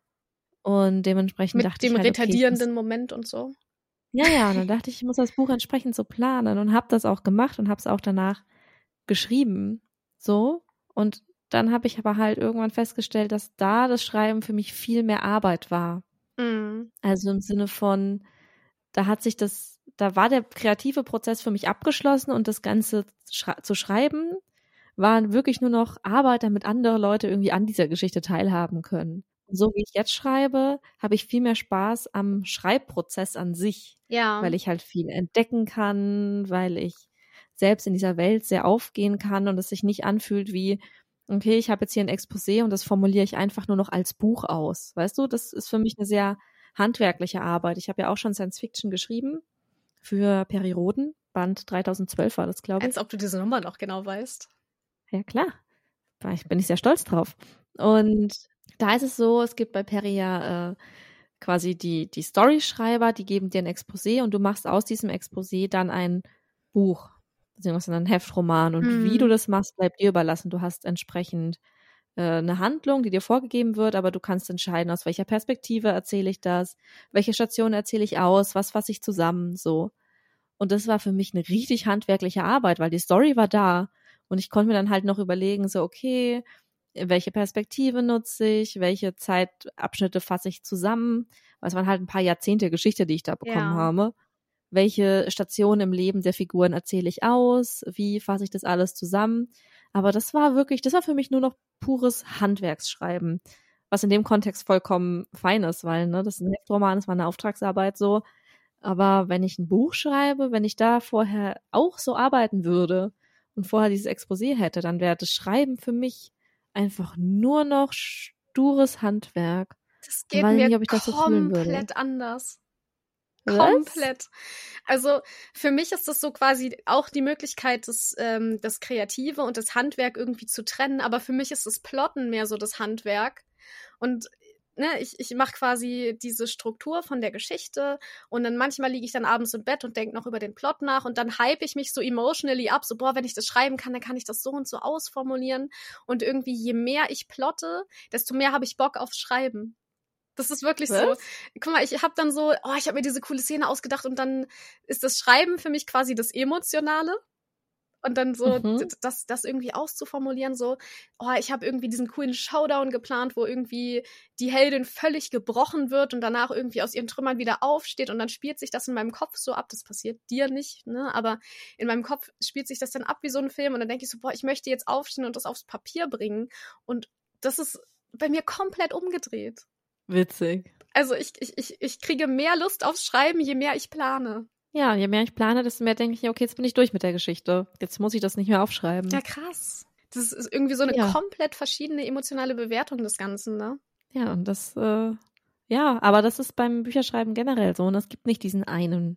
Und dementsprechend Mit dachte dem ich halt, retardierenden okay, muss, Moment und so. Ja, ja, und dann dachte ich, ich muss das Buch entsprechend so planen und habe das auch gemacht und habe es auch danach geschrieben. So. Und dann habe ich aber halt irgendwann festgestellt, dass da das Schreiben für mich viel mehr Arbeit war. Mhm. Also im Sinne von, da hat sich das Da war der kreative Prozess für mich abgeschlossen und das Ganze schra- zu schreiben war wirklich nur noch Arbeit, damit andere Leute irgendwie an dieser Geschichte teilhaben können. Und so wie ich jetzt schreibe, habe ich viel mehr Spaß am Schreibprozess an sich, Ja. weil ich halt viel entdecken kann, weil ich selbst in dieser Welt sehr aufgehen kann und es sich nicht anfühlt wie, okay, ich habe jetzt hier ein Exposé und das formuliere ich einfach nur noch als Buch aus. Weißt du, das ist für mich eine sehr handwerkliche Arbeit. Ich habe ja auch schon Science Fiction geschrieben. Für Peri Roden, Band dreitausendzwölf war das, glaube ich. Als ob du diese Nummer noch genau weißt. Ja, klar. Da bin ich sehr stolz drauf. Und da ist es so, es gibt bei Peri ja äh, quasi die, die Storyschreiber, die geben dir ein Exposé und du machst aus diesem Exposé dann ein Buch, beziehungsweise ein Heftroman. Und mhm. wie du das machst, bleibt dir überlassen. Du hast entsprechend äh, eine Handlung, die dir vorgegeben wird, aber du kannst entscheiden, aus welcher Perspektive erzähle ich das, welche Station erzähle ich aus, was fasse ich zusammen, so. Und das war für mich eine richtig handwerkliche Arbeit, weil die Story war da und ich konnte mir dann halt noch überlegen, so okay, welche Perspektive nutze ich, welche Zeitabschnitte fasse ich zusammen, weil es waren halt ein paar Jahrzehnte Geschichte, die ich da bekommen ja. habe. Welche Stationen im Leben der Figuren erzähle ich aus, wie fasse ich das alles zusammen. Aber das war wirklich, das war für mich nur noch pures Handwerksschreiben, was in dem Kontext vollkommen fein ist, weil ne, das ist ein Heftroman, das war eine Auftragsarbeit so. Aber wenn ich ein Buch schreibe, wenn ich da vorher auch so arbeiten würde und vorher dieses Exposé hätte, dann wäre das Schreiben für mich einfach nur noch stures Handwerk. Das Ich geht weiß mir nicht, ob ich das so fühlen würde. komplett anders. Was? Komplett. Also für mich ist das so quasi auch die Möglichkeit, das, ähm, das Kreative und das Handwerk irgendwie zu trennen. Aber für mich ist das Plotten mehr so das Handwerk. Und ne, ich, ich mache quasi diese Struktur von der Geschichte und dann manchmal liege ich dann abends im Bett und denke noch über den Plot nach und dann hype ich mich so emotionally ab, so boah, wenn ich das schreiben kann, dann kann ich das so und so ausformulieren. Und irgendwie je mehr ich plotte, desto mehr habe ich Bock aufs Schreiben. Das ist wirklich Was? so. Guck mal, ich habe dann so, oh, ich habe mir diese coole Szene ausgedacht und dann ist das Schreiben für mich quasi das Emotionale. Und dann so, Mhm. d- das, das irgendwie auszuformulieren, so, oh, ich habe irgendwie diesen coolen Showdown geplant, wo irgendwie die Heldin völlig gebrochen wird und danach irgendwie aus ihren Trümmern wieder aufsteht und dann spielt sich das in meinem Kopf so ab. Das passiert dir nicht, ne? Aber in meinem Kopf spielt sich das dann ab wie so ein Film und dann denke ich so, boah, ich möchte jetzt aufstehen und das aufs Papier bringen. Und das ist bei mir komplett umgedreht. Witzig. Also ich, ich, ich, ich kriege mehr Lust aufs Schreiben, je mehr ich plane. Ja, je mehr ich plane, desto mehr denke ich, okay, jetzt bin ich durch mit der Geschichte. Jetzt muss ich das nicht mehr aufschreiben. Ja, krass. Das ist irgendwie so eine Ja. komplett verschiedene emotionale Bewertung des Ganzen, ne? Ja, und das, äh, ja, aber das ist beim Bücherschreiben generell so. Und es gibt nicht diesen einen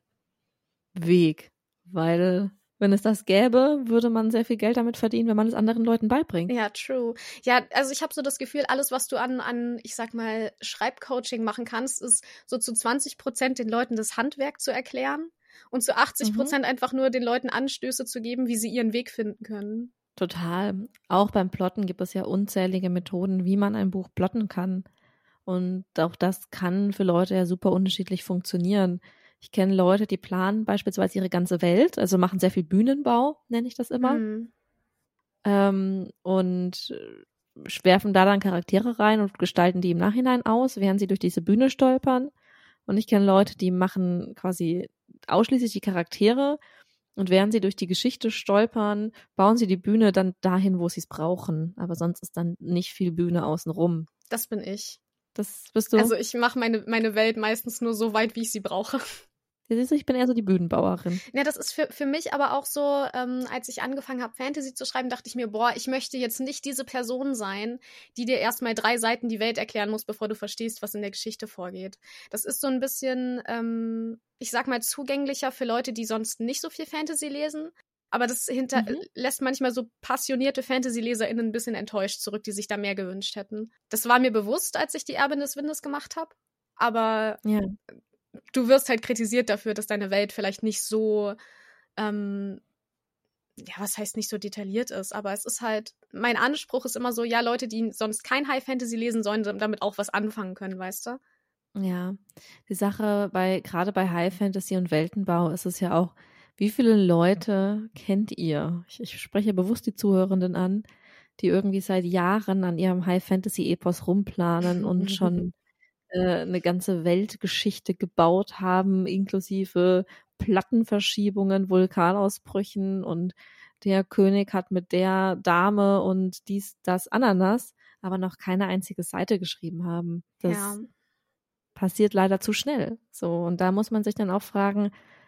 Weg. Weil, wenn es das gäbe, würde man sehr viel Geld damit verdienen, wenn man es anderen Leuten beibringt. Ja, true. Ja, also ich habe so das Gefühl, alles, was du an, an, ich sag mal, Schreibcoaching machen kannst, ist so zu zwanzig Prozent den Leuten das Handwerk zu erklären und zu achtzig Prozent Mhm. einfach nur den Leuten Anstöße zu geben, wie sie ihren Weg finden können. Total. Auch beim Plotten gibt es ja unzählige Methoden, wie man ein Buch plotten kann. Und auch das kann für Leute ja super unterschiedlich funktionieren. Ich kenne Leute, die planen beispielsweise ihre ganze Welt, also machen sehr viel Bühnenbau, nenne ich das immer, Hm. ähm, und werfen da dann Charaktere rein und gestalten die im Nachhinein aus, während sie durch diese Bühne stolpern. Und ich kenne Leute, die machen quasi ausschließlich die Charaktere und während sie durch die Geschichte stolpern, bauen sie die Bühne dann dahin, wo sie es brauchen. Aber sonst ist dann nicht viel Bühne außenrum. Das bin ich. Das bist du. Also ich mache meine, meine Welt meistens nur so weit, wie ich sie brauche. Ja, siehst du, ich bin eher so die Bühnenbauerin. Ja, das ist für, für mich aber auch so, ähm, als ich angefangen habe, Fantasy zu schreiben, dachte ich mir, boah, ich möchte jetzt nicht diese Person sein, die dir erstmal drei Seiten die Welt erklären muss, bevor du verstehst, was in der Geschichte vorgeht. Das ist so ein bisschen, ähm, ich sag mal, zugänglicher für Leute, die sonst nicht so viel Fantasy lesen. Aber das hinter Mhm. lässt manchmal so passionierte Fantasy-LeserInnen ein bisschen enttäuscht zurück, die sich da mehr gewünscht hätten. Das war mir bewusst, als ich die Erbin des Windes gemacht habe. Aber Ja. du wirst halt kritisiert dafür, dass deine Welt vielleicht nicht so, ähm, ja, was heißt nicht so detailliert ist, aber es ist halt, mein Anspruch ist immer so, ja, Leute, die sonst kein High Fantasy lesen, sollen damit auch was anfangen können, weißt du? Ja, die Sache bei, gerade bei High Fantasy und Weltenbau ist es ja auch, wie viele Leute kennt ihr? Ich, ich spreche bewusst die Zuhörenden an, die irgendwie seit Jahren an ihrem High Fantasy Epos rumplanen und schon äh, eine ganze Weltgeschichte gebaut haben, inklusive Plattenverschiebungen, Vulkanausbrüchen und der König hat mit der Dame und dies, das, Ananas, aber noch keine einzige Seite geschrieben haben. Das Ja. passiert leider zu schnell. So, und da muss man sich dann auch fragen,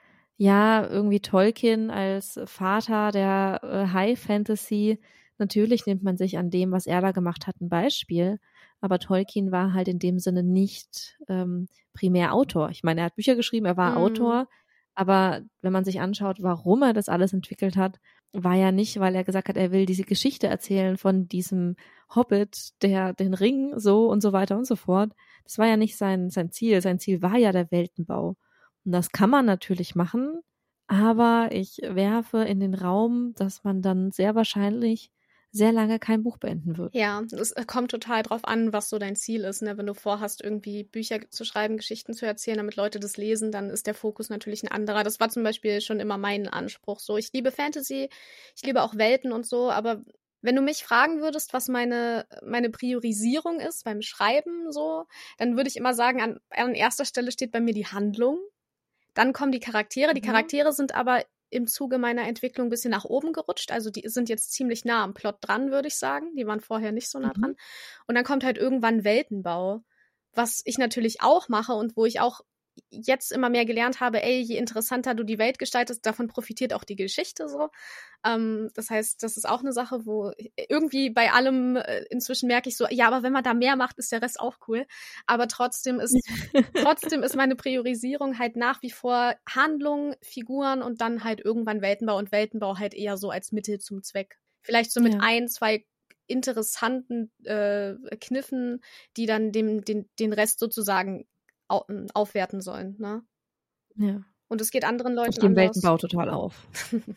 ja, irgendwie Tolkien als Vater der äh, High Fantasy, natürlich nimmt man sich an dem, was er da gemacht hat, ein Beispiel, aber Tolkien war halt in dem Sinne nicht ähm, primär Autor. Ich meine, er hat Bücher geschrieben, er war Mhm. Autor, aber wenn man sich anschaut, warum er das alles entwickelt hat, war ja nicht, weil er gesagt hat, er will diese Geschichte erzählen von diesem Hobbit, der den Ring so und so weiter und so fort. Das war ja nicht sein, sein Ziel. Sein Ziel war ja der Weltenbau. Und das kann man natürlich machen, aber ich werfe in den Raum, dass man dann sehr wahrscheinlich sehr lange kein Buch beenden wird. Ja, es kommt total drauf an, was so dein Ziel ist. Ne? Wenn du vorhast, irgendwie Bücher zu schreiben, Geschichten zu erzählen, damit Leute das lesen, dann ist der Fokus natürlich ein anderer. Das war zum Beispiel schon immer mein Anspruch. So, ich liebe Fantasy, ich liebe auch Welten und so, aber wenn du mich fragen würdest, was meine, meine Priorisierung ist beim Schreiben, so, dann würde ich immer sagen, an, an erster Stelle steht bei mir die Handlung. Dann kommen die Charaktere. Die Mhm. Charaktere sind aber im Zuge meiner Entwicklung ein bisschen nach oben gerutscht. Also die sind jetzt ziemlich nah am Plot dran, würde ich sagen. Die waren vorher nicht so nah Mhm. dran. Und dann kommt halt irgendwann Weltenbau, was ich natürlich auch mache und wo ich auch jetzt immer mehr gelernt habe, ey, je interessanter du die Welt gestaltest, davon profitiert auch die Geschichte so. Ähm, das heißt, das ist auch eine Sache, wo irgendwie bei allem äh, inzwischen merke ich so, ja, aber wenn man da mehr macht, ist der Rest auch cool. Aber trotzdem ist trotzdem ist meine Priorisierung halt nach wie vor Handlung, Figuren und dann halt irgendwann Weltenbau und Weltenbau halt eher so als Mittel zum Zweck. Vielleicht so mit Ja. ein, zwei interessanten äh, Kniffen, die dann dem, den, den Rest sozusagen au- aufwerten sollen, ne? Ja. Und es geht anderen Leuten Ich gehe im anders. Weltenbau total auf.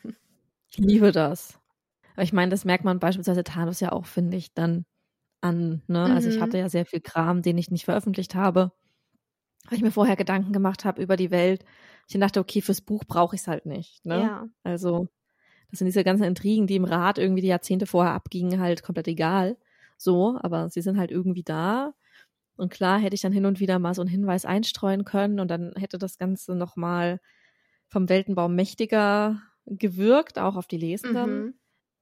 Ich liebe das. Aber ich meine, das merkt man beispielsweise Thanos ja auch, finde ich, dann an. Ne? Mhm. Also ich hatte ja sehr viel Kram, den ich nicht veröffentlicht habe, weil ich mir vorher Gedanken gemacht habe über die Welt. Ich dachte, okay, fürs Buch brauche ich es halt nicht. Ne? Ja. Also das sind diese ganzen Intrigen, die im Rat irgendwie die Jahrzehnte vorher abgingen, halt komplett egal. So, aber sie sind halt irgendwie da. Und klar hätte ich dann hin und wieder mal so einen Hinweis einstreuen können und dann hätte das Ganze nochmal vom Weltenbau mächtiger gewirkt, auch auf die Lesenden. Mhm.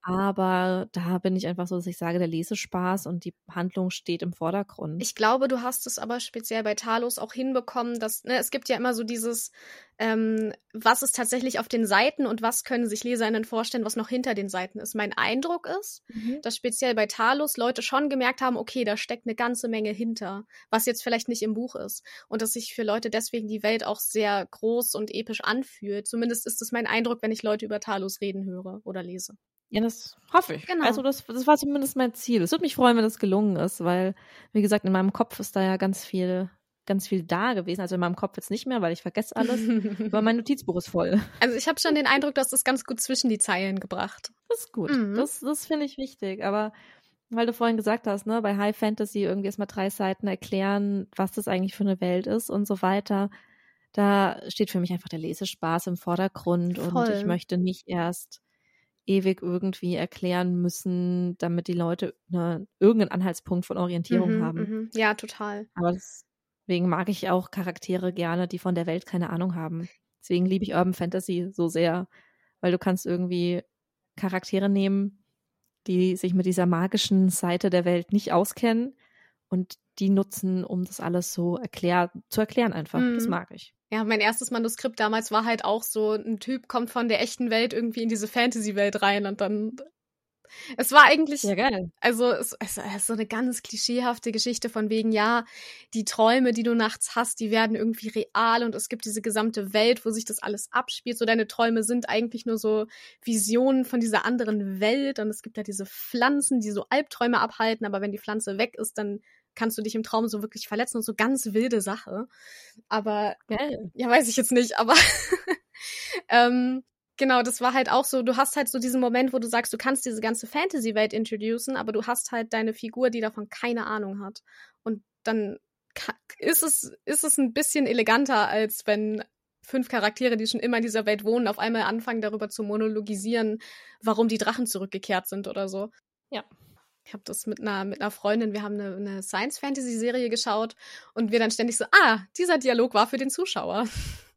Aber da bin ich einfach so, dass ich sage, der Lesespaß und die Handlung steht im Vordergrund. Ich glaube, du hast es aber speziell bei Talos auch hinbekommen, dass, ne, es gibt ja immer so dieses, ähm, was ist tatsächlich auf den Seiten und was können sich LeserInnen vorstellen, was noch hinter den Seiten ist. Mein Eindruck ist, Mhm. dass speziell bei Talos Leute schon gemerkt haben, okay, da steckt eine ganze Menge hinter, was jetzt vielleicht nicht im Buch ist. Und dass sich für Leute deswegen die Welt auch sehr groß und episch anfühlt. Zumindest ist es mein Eindruck, wenn ich Leute über Talos reden höre oder lese. Ja, das hoffe ich. Genau. Also das, das war zumindest mein Ziel. Es würde mich freuen, wenn das gelungen ist, weil, wie gesagt, in meinem Kopf ist da ja ganz viel, ganz viel da gewesen. Also in meinem Kopf jetzt nicht mehr, weil ich vergesse alles, aber mein Notizbuch ist voll. Also ich habe schon den Eindruck, du hast das ganz gut zwischen die Zeilen gebracht. Das ist gut. Mhm. Das, das finde ich wichtig. Aber weil du vorhin gesagt hast, ne, bei High Fantasy irgendwie erstmal drei Seiten erklären, was das eigentlich für eine Welt ist und so weiter. Da steht für mich einfach der Lesespaß im Vordergrund Voll. und ich möchte nicht erst ewig irgendwie erklären müssen, damit die Leute ne, irgendeinen Anhaltspunkt von Orientierung Mhm, haben. mhm. Ja, total. Aber deswegen mag ich auch Charaktere gerne, die von der Welt keine Ahnung haben. Deswegen liebe ich Urban Fantasy so sehr, weil du kannst irgendwie Charaktere nehmen, die sich mit dieser magischen Seite der Welt nicht auskennen und die nutzen, um das alles so erklär, zu erklären einfach. Mhm. Das mag ich. Ja, mein erstes Manuskript damals war halt auch so, ein Typ kommt von der echten Welt irgendwie in diese Fantasy-Welt rein und dann, es war eigentlich, Ja, geil. also es, es ist so eine ganz klischeehafte Geschichte von wegen, ja, die Träume, die du nachts hast, die werden irgendwie real und es gibt diese gesamte Welt, wo sich das alles abspielt. So deine Träume sind eigentlich nur so Visionen von dieser anderen Welt und es gibt ja diese Pflanzen, die so Albträume abhalten, aber wenn die Pflanze weg ist, dann kannst du dich im Traum so wirklich verletzen und so ganz wilde Sache. Aber, Geil. ja, weiß ich jetzt nicht, aber ähm, genau, das war halt auch so, du hast halt so diesen Moment, wo du sagst, du kannst diese ganze Fantasy-Welt introducen, aber du hast halt deine Figur, die davon keine Ahnung hat. Und dann ist es, ist es ein bisschen eleganter, als wenn fünf Charaktere, die schon immer in dieser Welt wohnen, auf einmal anfangen, darüber zu monologisieren, warum die Drachen zurückgekehrt sind oder so. Ja. Ich habe das mit einer, mit einer Freundin, wir haben eine, eine Science-Fantasy-Serie geschaut und wir dann ständig so, ah, dieser Dialog war für den Zuschauer.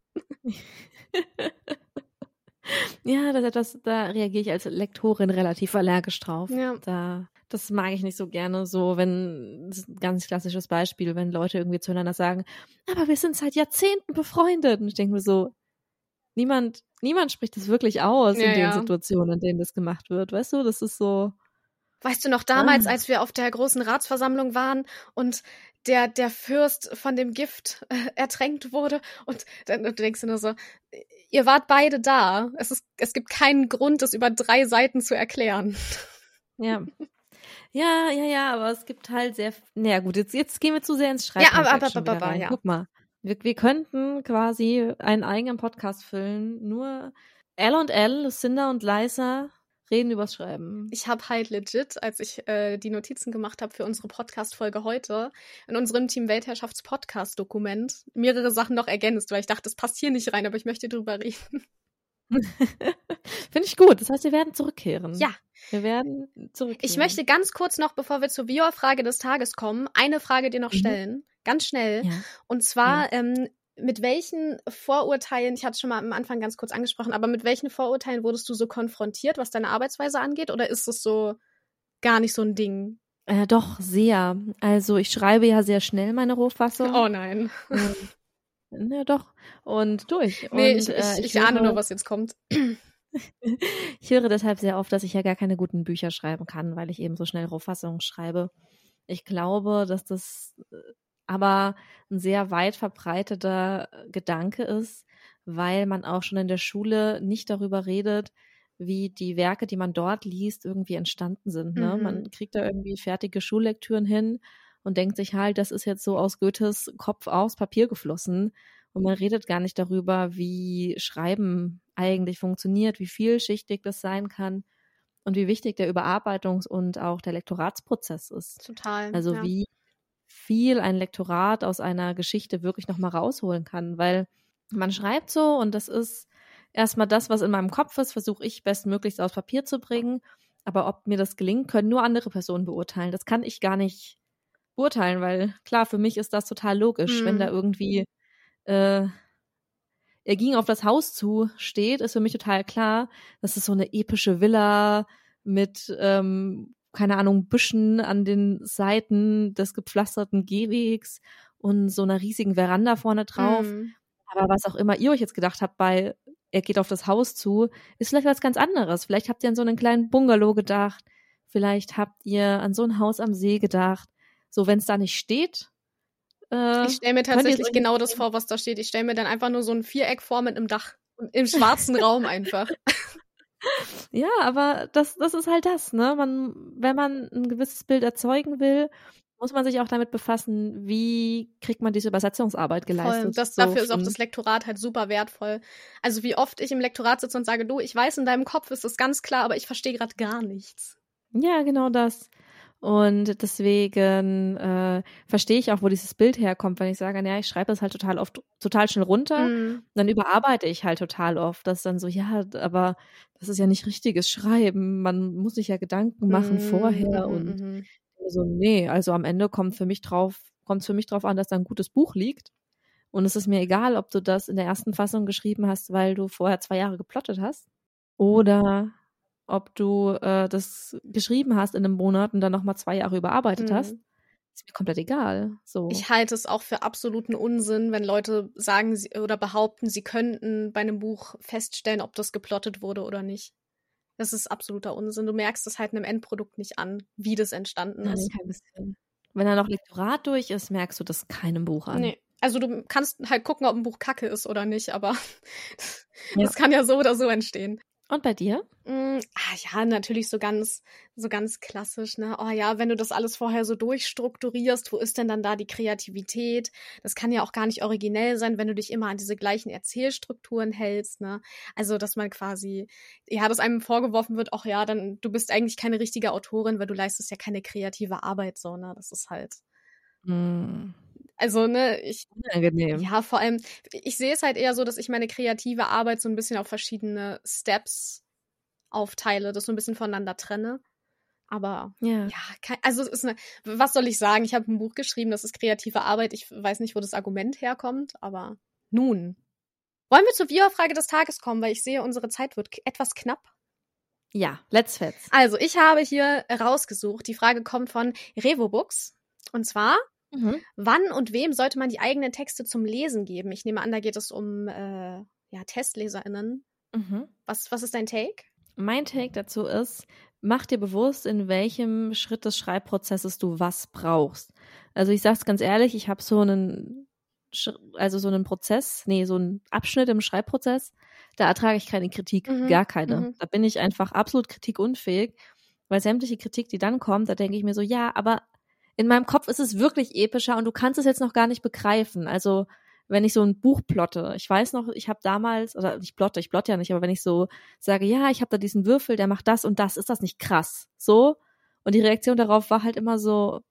Ja, das ist etwas, da reagiere ich als Lektorin relativ allergisch drauf. Ja. Da, das mag ich nicht so gerne, so wenn, das ist ein ganz klassisches Beispiel, wenn Leute irgendwie zueinander sagen, aber wir sind seit Jahrzehnten befreundet. Und ich denke mir so, niemand, niemand spricht das wirklich aus Ja, in den ja. Situationen, in denen das gemacht wird. Weißt du, das ist so. Weißt du noch damals, Ah. als wir auf der großen Ratsversammlung waren und der, der Fürst von dem Gift äh, ertränkt wurde und dann und du denkst dir nur so, ihr wart beide da. Es ist, es gibt keinen Grund, das über drei Seiten zu erklären. Ja. Ja, ja, ja, aber es gibt halt sehr, naja gut, jetzt, jetzt gehen wir zu sehr ins Ja, aber- Schreibhandwerk aber- schon aber- wieder aber, rein. ja. Guck mal, wir, wir könnten quasi einen eigenen Podcast füllen, nur L und L, Lucinda und Liza reden übers Schreiben. Ich habe halt legit, als ich äh, die Notizen gemacht habe für unsere Podcast-Folge heute, in unserem Team Weltherrschafts-Podcast-Dokument mehrere Sachen noch ergänzt, weil ich dachte, das passt hier nicht rein, aber ich möchte drüber reden. Finde ich gut. Das heißt, wir werden zurückkehren. Ja. Wir werden zurückkehren. Ich möchte ganz kurz noch, bevor wir zur Viewer-Frage des Tages kommen, eine Frage dir noch Mhm. stellen. Ganz schnell. Ja. Und zwar, ähm, mit welchen Vorurteilen, ich hatte es schon mal am Anfang ganz kurz angesprochen, aber mit welchen Vorurteilen wurdest du so konfrontiert, was deine Arbeitsweise angeht? Oder ist es so gar nicht so ein Ding? Äh, doch, sehr. Also ich schreibe ja sehr schnell meine Rohfassung. Oh nein. Ähm, Ja, doch. Und durch. Nee, und, ich, ich, äh, ich, ich ahne höre, nur, was jetzt kommt. Ich höre deshalb sehr oft, dass ich ja gar keine guten Bücher schreiben kann, weil ich eben so schnell Rohfassungen schreibe. Ich glaube, dass das äh, aber ein sehr weit verbreiteter Gedanke ist, weil man auch schon in der Schule nicht darüber redet, wie die Werke, die man dort liest, irgendwie entstanden sind. Ne? Mhm. Man kriegt da irgendwie fertige Schullektüren hin und denkt sich halt, das ist jetzt so aus Goethes Kopf aufs Papier geflossen. Und man redet gar nicht darüber, wie Schreiben eigentlich funktioniert, wie vielschichtig das sein kann und wie wichtig der Überarbeitungs- und auch der Lektoratsprozess ist. Total. Also ja. wie viel ein Lektorat aus einer Geschichte wirklich nochmal rausholen kann, weil man schreibt so und das ist erstmal das, was in meinem Kopf ist, versuche ich bestmöglichst aufs Papier zu bringen, aber ob mir das gelingt, können nur andere Personen beurteilen. Das kann ich gar nicht beurteilen, weil klar, für mich ist das total logisch, Mhm. wenn da irgendwie äh, er ging auf das Haus zu steht, ist für mich total klar, das ist so eine epische Villa mit, ähm, keine Ahnung, Büschen an den Seiten des gepflasterten Gehwegs und so einer riesigen Veranda vorne drauf. Mhm. Aber was auch immer ihr euch jetzt gedacht habt bei er geht auf das Haus zu, ist vielleicht was ganz anderes. Vielleicht habt ihr an so einen kleinen Bungalow gedacht. Vielleicht habt ihr an so ein Haus am See gedacht. So, wenn es da nicht steht, äh, Ich stelle mir könnt ihr es tatsächlich euch genau nicht das nehmen. vor, was da steht. Ich stelle mir dann einfach nur so ein Viereck vor mit einem Dach. Im schwarzen Raum einfach. Ja, aber das, das ist halt das, ne? Man, wenn man ein gewisses Bild erzeugen will, muss man sich auch damit befassen, wie kriegt man diese Übersetzungsarbeit Voll. geleistet. Das, So dafür ist auch von, das Lektorat halt super wertvoll. Also wie oft ich im Lektorat sitze und sage, du, ich weiß, in deinem Kopf ist das ganz klar, aber ich verstehe gerade gar nichts. ja, genau das. Und deswegen äh, verstehe ich auch, wo dieses Bild herkommt, wenn ich sage, naja, ich schreibe das halt total oft, total schnell runter, Mhm. dann überarbeite ich halt total oft. Das ist dann so, ja, aber das ist ja nicht richtiges Schreiben. Man muss sich ja Gedanken machen Mhm, vorher mhm, und mhm. so, nee, also am Ende kommt für mich drauf, kommt es für mich drauf an, dass da ein gutes Buch liegt. Und es ist mir egal, ob du das in der ersten Fassung geschrieben hast, weil du vorher zwei Jahre geplottet hast. Oder ob du äh, das geschrieben hast in einem Monat und dann nochmal zwei Jahre überarbeitet hast. Mhm. Ist mir komplett egal. So. Ich halte es auch für absoluten Unsinn, wenn Leute sagen sie, oder behaupten, sie könnten bei einem Buch feststellen, ob das geplottet wurde oder nicht. Das ist absoluter Unsinn. Du merkst es halt einem Endprodukt nicht an, wie das entstanden Nein, ist. kein bisschen. Wenn da noch Lektorat durch ist, merkst du das keinem Buch an. Nee. Also du kannst halt gucken, ob ein Buch kacke ist oder nicht, aber Ja. das kann ja so oder so entstehen. Und bei dir? Mm, ah, ja, natürlich so ganz, so ganz klassisch, ne? Oh ja, wenn du das alles vorher so durchstrukturierst, wo ist denn dann da die Kreativität? Das kann ja auch gar nicht originell sein, wenn du dich immer an diese gleichen Erzählstrukturen hältst, ne? Also, dass man quasi, ja, dass einem vorgeworfen wird, ach ja, dann, du bist eigentlich keine richtige Autorin, weil du leistest ja keine kreative Arbeit, so, ne? Das ist halt, Hm. also, ne, ich, Unangenehm. ja, vor allem, ich sehe es halt eher so, dass ich meine kreative Arbeit so ein bisschen auf verschiedene Steps aufteile, das so ein bisschen voneinander trenne. Aber Ja. ja, kein, also es ist eine, was soll ich sagen? Ich habe ein Buch geschrieben, das ist kreative Arbeit. Ich weiß nicht, wo das Argument herkommt, aber nun. Wollen wir zur Viewerfrage des Tages kommen, weil ich sehe, unsere Zeit wird k- etwas knapp. Ja, let's fetz. Also, ich habe hier rausgesucht, die Frage kommt von Revobooks. Und zwar, Mhm. wann und wem sollte man die eigenen Texte zum Lesen geben? Ich nehme an, da geht es um äh, ja, TestleserInnen. Mhm. Was, was ist dein Take? Mein Take dazu ist, mach dir bewusst, in welchem Schritt des Schreibprozesses du was brauchst. Also ich sag's ganz ehrlich, ich habe so einen, also so einen Prozess, nee, so einen Abschnitt im Schreibprozess, da ertrage ich keine Kritik, Mhm, gar keine. mhm. Da bin ich einfach absolut kritikunfähig, weil sämtliche Kritik, die dann kommt, da denke ich mir so, ja, aber in meinem Kopf ist es wirklich epischer und du kannst es jetzt noch gar nicht begreifen. Also wenn ich so ein Buch plotte, ich weiß noch, ich habe damals, oder ich plotte, ich plotte ja nicht, aber wenn ich so sage, ja, ich habe da diesen Würfel, der macht das und das, ist das nicht krass? So? Und die Reaktion darauf war halt immer so,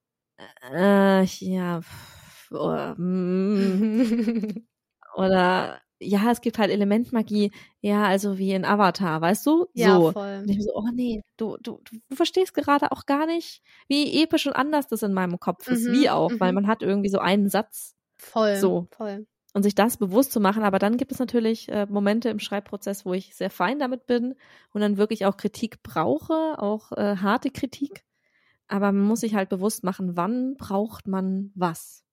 äh, ja, pff, oder, mm, oder ja, es gibt halt Elementmagie, ja, also wie in Avatar, weißt du? Ja, So. voll. Und ich mir so, oh nee, du, du, du verstehst gerade auch gar nicht, wie episch und anders das in meinem Kopf ist. Mhm, Wie auch, weil mhm. man hat irgendwie so einen Satz. Voll, So. voll. Und sich das bewusst zu machen, aber dann gibt es natürlich äh, Momente im Schreibprozess, wo ich sehr fein damit bin und dann wirklich auch Kritik brauche, auch äh, harte Kritik. Aber man muss sich halt bewusst machen, wann braucht man was.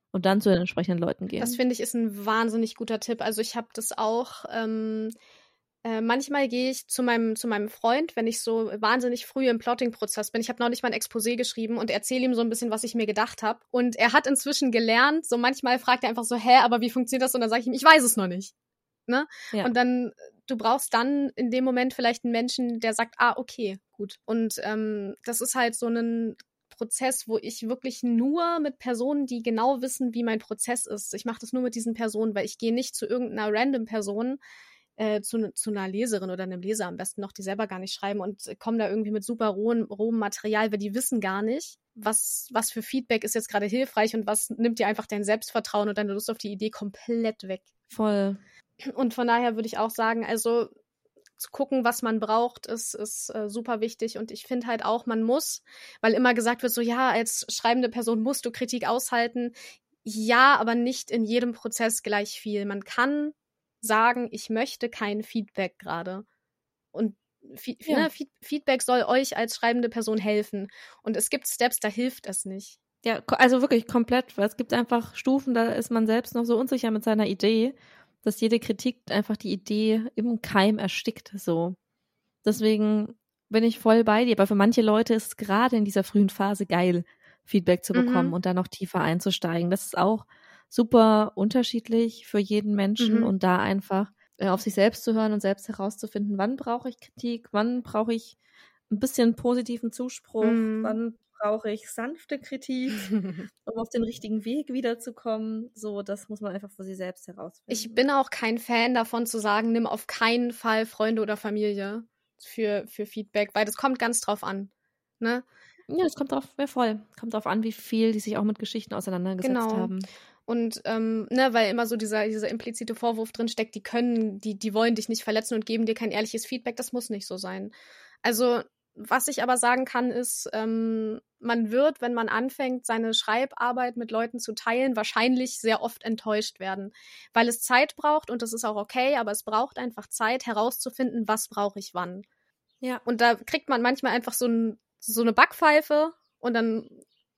und dann zu den entsprechenden Leuten gehen. Das finde ich ist ein wahnsinnig guter Tipp. Also ich habe das auch, ähm, äh, manchmal gehe ich zu meinem, zu meinem Freund, wenn ich so wahnsinnig früh im Plotting-Prozess bin. Ich habe noch nicht mal ein Exposé geschrieben und erzähle ihm so ein bisschen, was ich mir gedacht habe. Und er hat inzwischen gelernt, so manchmal fragt er einfach so, hä, aber wie funktioniert das? Und dann sage ich ihm, ich weiß es noch nicht. Ne? Ja. Und dann, du brauchst dann in dem Moment vielleicht einen Menschen, der sagt, ah, okay, gut. Und ähm, das ist halt so ein Prozess, wo ich wirklich nur mit Personen, die genau wissen, wie mein Prozess ist. Ich mache das nur mit diesen Personen, weil ich gehe nicht zu irgendeiner random Person, äh, zu, zu einer Leserin oder einem Leser am besten noch, die selber gar nicht schreiben und kommen da irgendwie mit super rohem, rohem Material, weil die wissen gar nicht, was, was für Feedback ist jetzt gerade hilfreich und was nimmt dir einfach dein Selbstvertrauen und deine Lust auf die Idee komplett weg. Voll. Und von daher würde ich auch sagen, also zu gucken, was man braucht, ist, ist äh, super wichtig. Und ich finde halt auch, man muss, weil immer gesagt wird, so ja, als schreibende Person musst du Kritik aushalten. Ja, aber nicht in jedem Prozess gleich viel. Man kann sagen, ich möchte kein Feedback gerade. Und Fe- Ja. ne, Fe- Feedback soll euch als schreibende Person helfen. Und es gibt Steps, da hilft es nicht. Ja, ko- also wirklich komplett, weil es gibt einfach Stufen, da ist man selbst noch so unsicher mit seiner Idee, dass jede Kritik einfach die Idee im Keim erstickt, so. Deswegen bin ich voll bei dir, aber für manche Leute ist es gerade in dieser frühen Phase geil, Feedback zu bekommen Mhm. und da noch tiefer einzusteigen. Das ist auch super unterschiedlich für jeden Menschen Mhm. und da einfach äh, auf sich selbst zu hören und selbst herauszufinden, wann brauche ich Kritik, wann brauche ich ein bisschen positiven Zuspruch, Mhm. wann brauche ich sanfte Kritik, um auf den richtigen Weg wiederzukommen. So, das muss man einfach für sich selbst herausfinden. Ich bin auch kein Fan davon zu sagen, nimm auf keinen Fall Freunde oder Familie für, für Feedback, weil das kommt ganz drauf an. Ne? Ja, es kommt drauf, ja voll. Kommt drauf an, wie viel die sich auch mit Geschichten auseinandergesetzt Genau. haben. Und ähm, ne, weil immer so dieser, dieser implizite Vorwurf drin steckt, die können, die, die wollen dich nicht verletzen und geben dir kein ehrliches Feedback, das muss nicht so sein. Also, was ich aber sagen kann, ist, ähm, man wird, wenn man anfängt, seine Schreibarbeit mit Leuten zu teilen, wahrscheinlich sehr oft enttäuscht werden. Weil es Zeit braucht und das ist auch okay, aber es braucht einfach Zeit, herauszufinden, was brauche ich wann. Ja. Und da kriegt man manchmal einfach so, ein, so eine Backpfeife und dann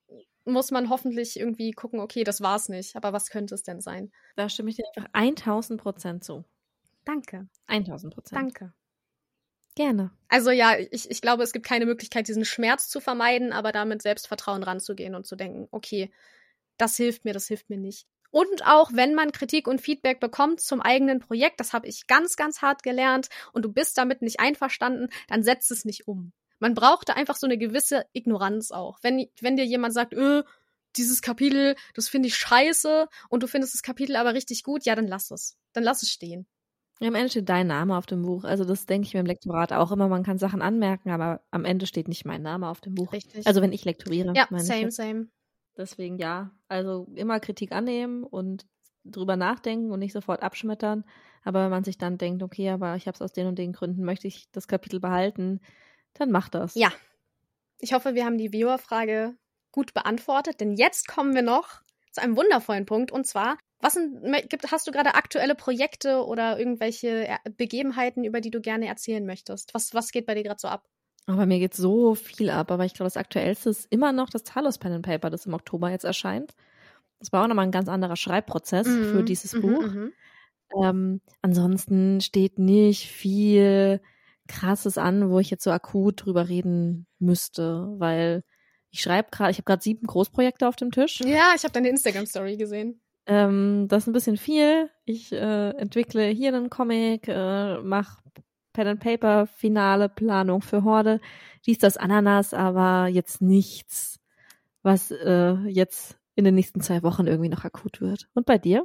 muss man hoffentlich irgendwie gucken, okay, das war's nicht, aber was könnte es denn sein? Da stimme ich dir einfach tausend Prozent zu. Danke. tausend Prozent. Danke. Gerne. Also ja, ich, ich glaube, es gibt keine Möglichkeit, diesen Schmerz zu vermeiden, aber damit Selbstvertrauen ranzugehen und zu denken, okay, das hilft mir, das hilft mir nicht. Und auch, wenn man Kritik und Feedback bekommt zum eigenen Projekt, das habe ich ganz, ganz hart gelernt und du bist damit nicht einverstanden, dann setz es nicht um. Man braucht da einfach so eine gewisse Ignoranz auch. Wenn, wenn dir jemand sagt, äh, dieses Kapitel, das finde ich scheiße und du findest das Kapitel aber richtig gut, ja, dann lass es. Dann lass es stehen. Ja, am Ende steht dein Name auf dem Buch. Also das denke ich mir im Lektorat auch immer. Man kann Sachen anmerken, aber am Ende steht nicht mein Name auf dem Buch. Richtig. Also wenn ich lektoriere. Ja, meine ich same, jetzt. same. Deswegen ja, also immer Kritik annehmen und drüber nachdenken und nicht sofort abschmettern. Aber wenn man sich dann denkt, okay, aber ich habe es aus den und den Gründen, möchte ich das Kapitel behalten, dann mach das. Ja. Ich hoffe, wir haben die Viewer-Frage gut beantwortet, denn jetzt kommen wir noch zu einem wundervollen Punkt und zwar, was sind, gibt, hast du gerade aktuelle Projekte oder irgendwelche Begebenheiten, über die du gerne erzählen möchtest? Was, was geht bei dir gerade so ab? Oh, bei mir geht so viel ab, aber ich glaube, das Aktuellste ist immer noch das Talos Pen and Paper, das im Oktober jetzt erscheint. Das war auch nochmal ein ganz anderer Schreibprozess Mhm. für dieses Mhm, Buch. mhm. Ähm, ansonsten steht nicht viel Krasses an, wo ich jetzt so akut drüber reden müsste, weil ich schreibe gerade, ich habe gerade sieben Großprojekte auf dem Tisch. Ja, ich habe deine Instagram-Story gesehen. Ähm, das ist ein bisschen viel. Ich äh, entwickle hier einen Comic, äh, mache Pen and Paper, finale Planung für Horde. Dies, das, Ananas, aber jetzt nichts, was äh, jetzt in den nächsten zwei Wochen irgendwie noch akut wird. Und bei dir?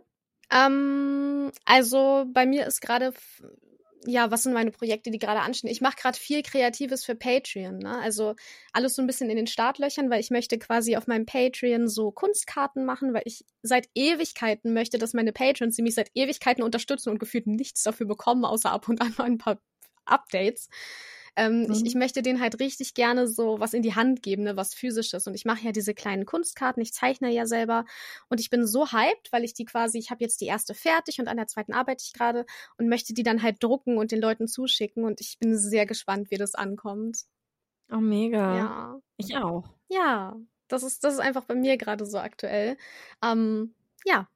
Ähm, also bei mir ist gerade, ja, was sind meine Projekte, die gerade anstehen? Ich mache gerade viel Kreatives für Patreon, ne? Also alles so ein bisschen in den Startlöchern, weil ich möchte quasi auf meinem Patreon so Kunstkarten machen, weil ich seit Ewigkeiten möchte, dass meine Patrons, die mich seit Ewigkeiten unterstützen und gefühlt nichts dafür bekommen, außer ab und an mal ein paar Updates. Ähm, Mhm. ich, ich möchte denen halt richtig gerne so was in die Hand geben, ne, was Physisches. Und ich mache ja diese kleinen Kunstkarten, ich zeichne ja selber. Und ich bin so hyped, weil ich die quasi, ich habe jetzt die erste fertig und an der zweiten arbeite ich gerade und möchte die dann halt drucken und den Leuten zuschicken. Und ich bin sehr gespannt, wie das ankommt. Oh, mega. Ja. Ich auch. Ja. Das ist, das ist einfach bei mir gerade so aktuell. Ähm, ja.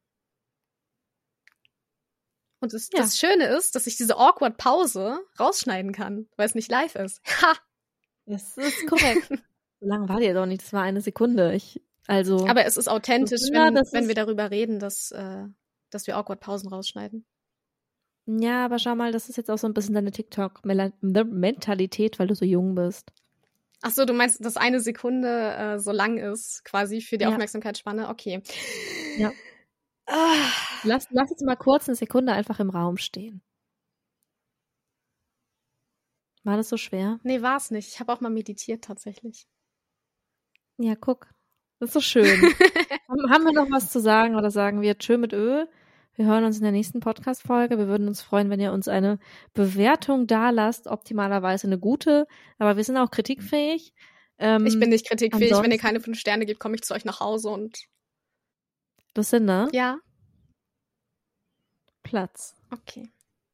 Und das, Ja. das Schöne ist, dass ich diese awkward Pause rausschneiden kann, weil es nicht live ist. Ha! Das ist korrekt. So lange war die ja doch nicht, das war eine Sekunde. Ich, also. Aber es ist authentisch, Ja, wenn, das wenn ist- wir darüber reden, dass, äh, dass wir awkward Pausen rausschneiden. Ja, aber schau mal, das ist jetzt auch so ein bisschen deine TikTok-Mentalität, weil du so jung bist. Ach so, du meinst, dass eine Sekunde äh, so lang ist, quasi für die Ja. Aufmerksamkeitsspanne? Okay. Ja. Ah. Lass, lass jetzt mal kurz eine Sekunde einfach im Raum stehen. War das so schwer? Nee, war's nicht. Ich habe auch mal meditiert tatsächlich. Ja, guck. Das ist so schön. haben, haben wir noch was zu sagen oder sagen wir Tschö mit Ö? Wir hören uns in der nächsten Podcast-Folge. Wir würden uns freuen, wenn ihr uns eine Bewertung dalasst. Optimalerweise eine gute. Aber wir sind auch kritikfähig. Ähm, Ich bin nicht kritikfähig. Wenn ihr ansonsten- keine fünf Sterne gebt, komme ich zu euch nach Hause und Lucinda, ja, Platz. okay.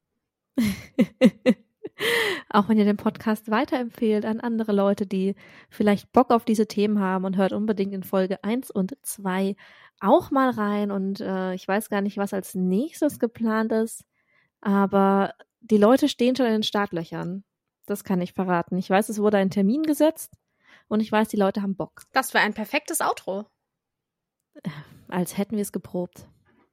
Auch wenn ihr den Podcast weiterempfehlt an andere Leute, die vielleicht Bock auf diese Themen haben, und hört unbedingt in Folge eins und zwei auch mal rein. Und äh, ich weiß gar nicht, was als nächstes geplant ist, aber die Leute stehen schon in den Startlöchern. Das kann ich verraten. Ich weiß, es wurde ein Termin gesetzt und ich weiß, die Leute haben Bock. Das war ein perfektes Outro. Als hätten wir es geprobt.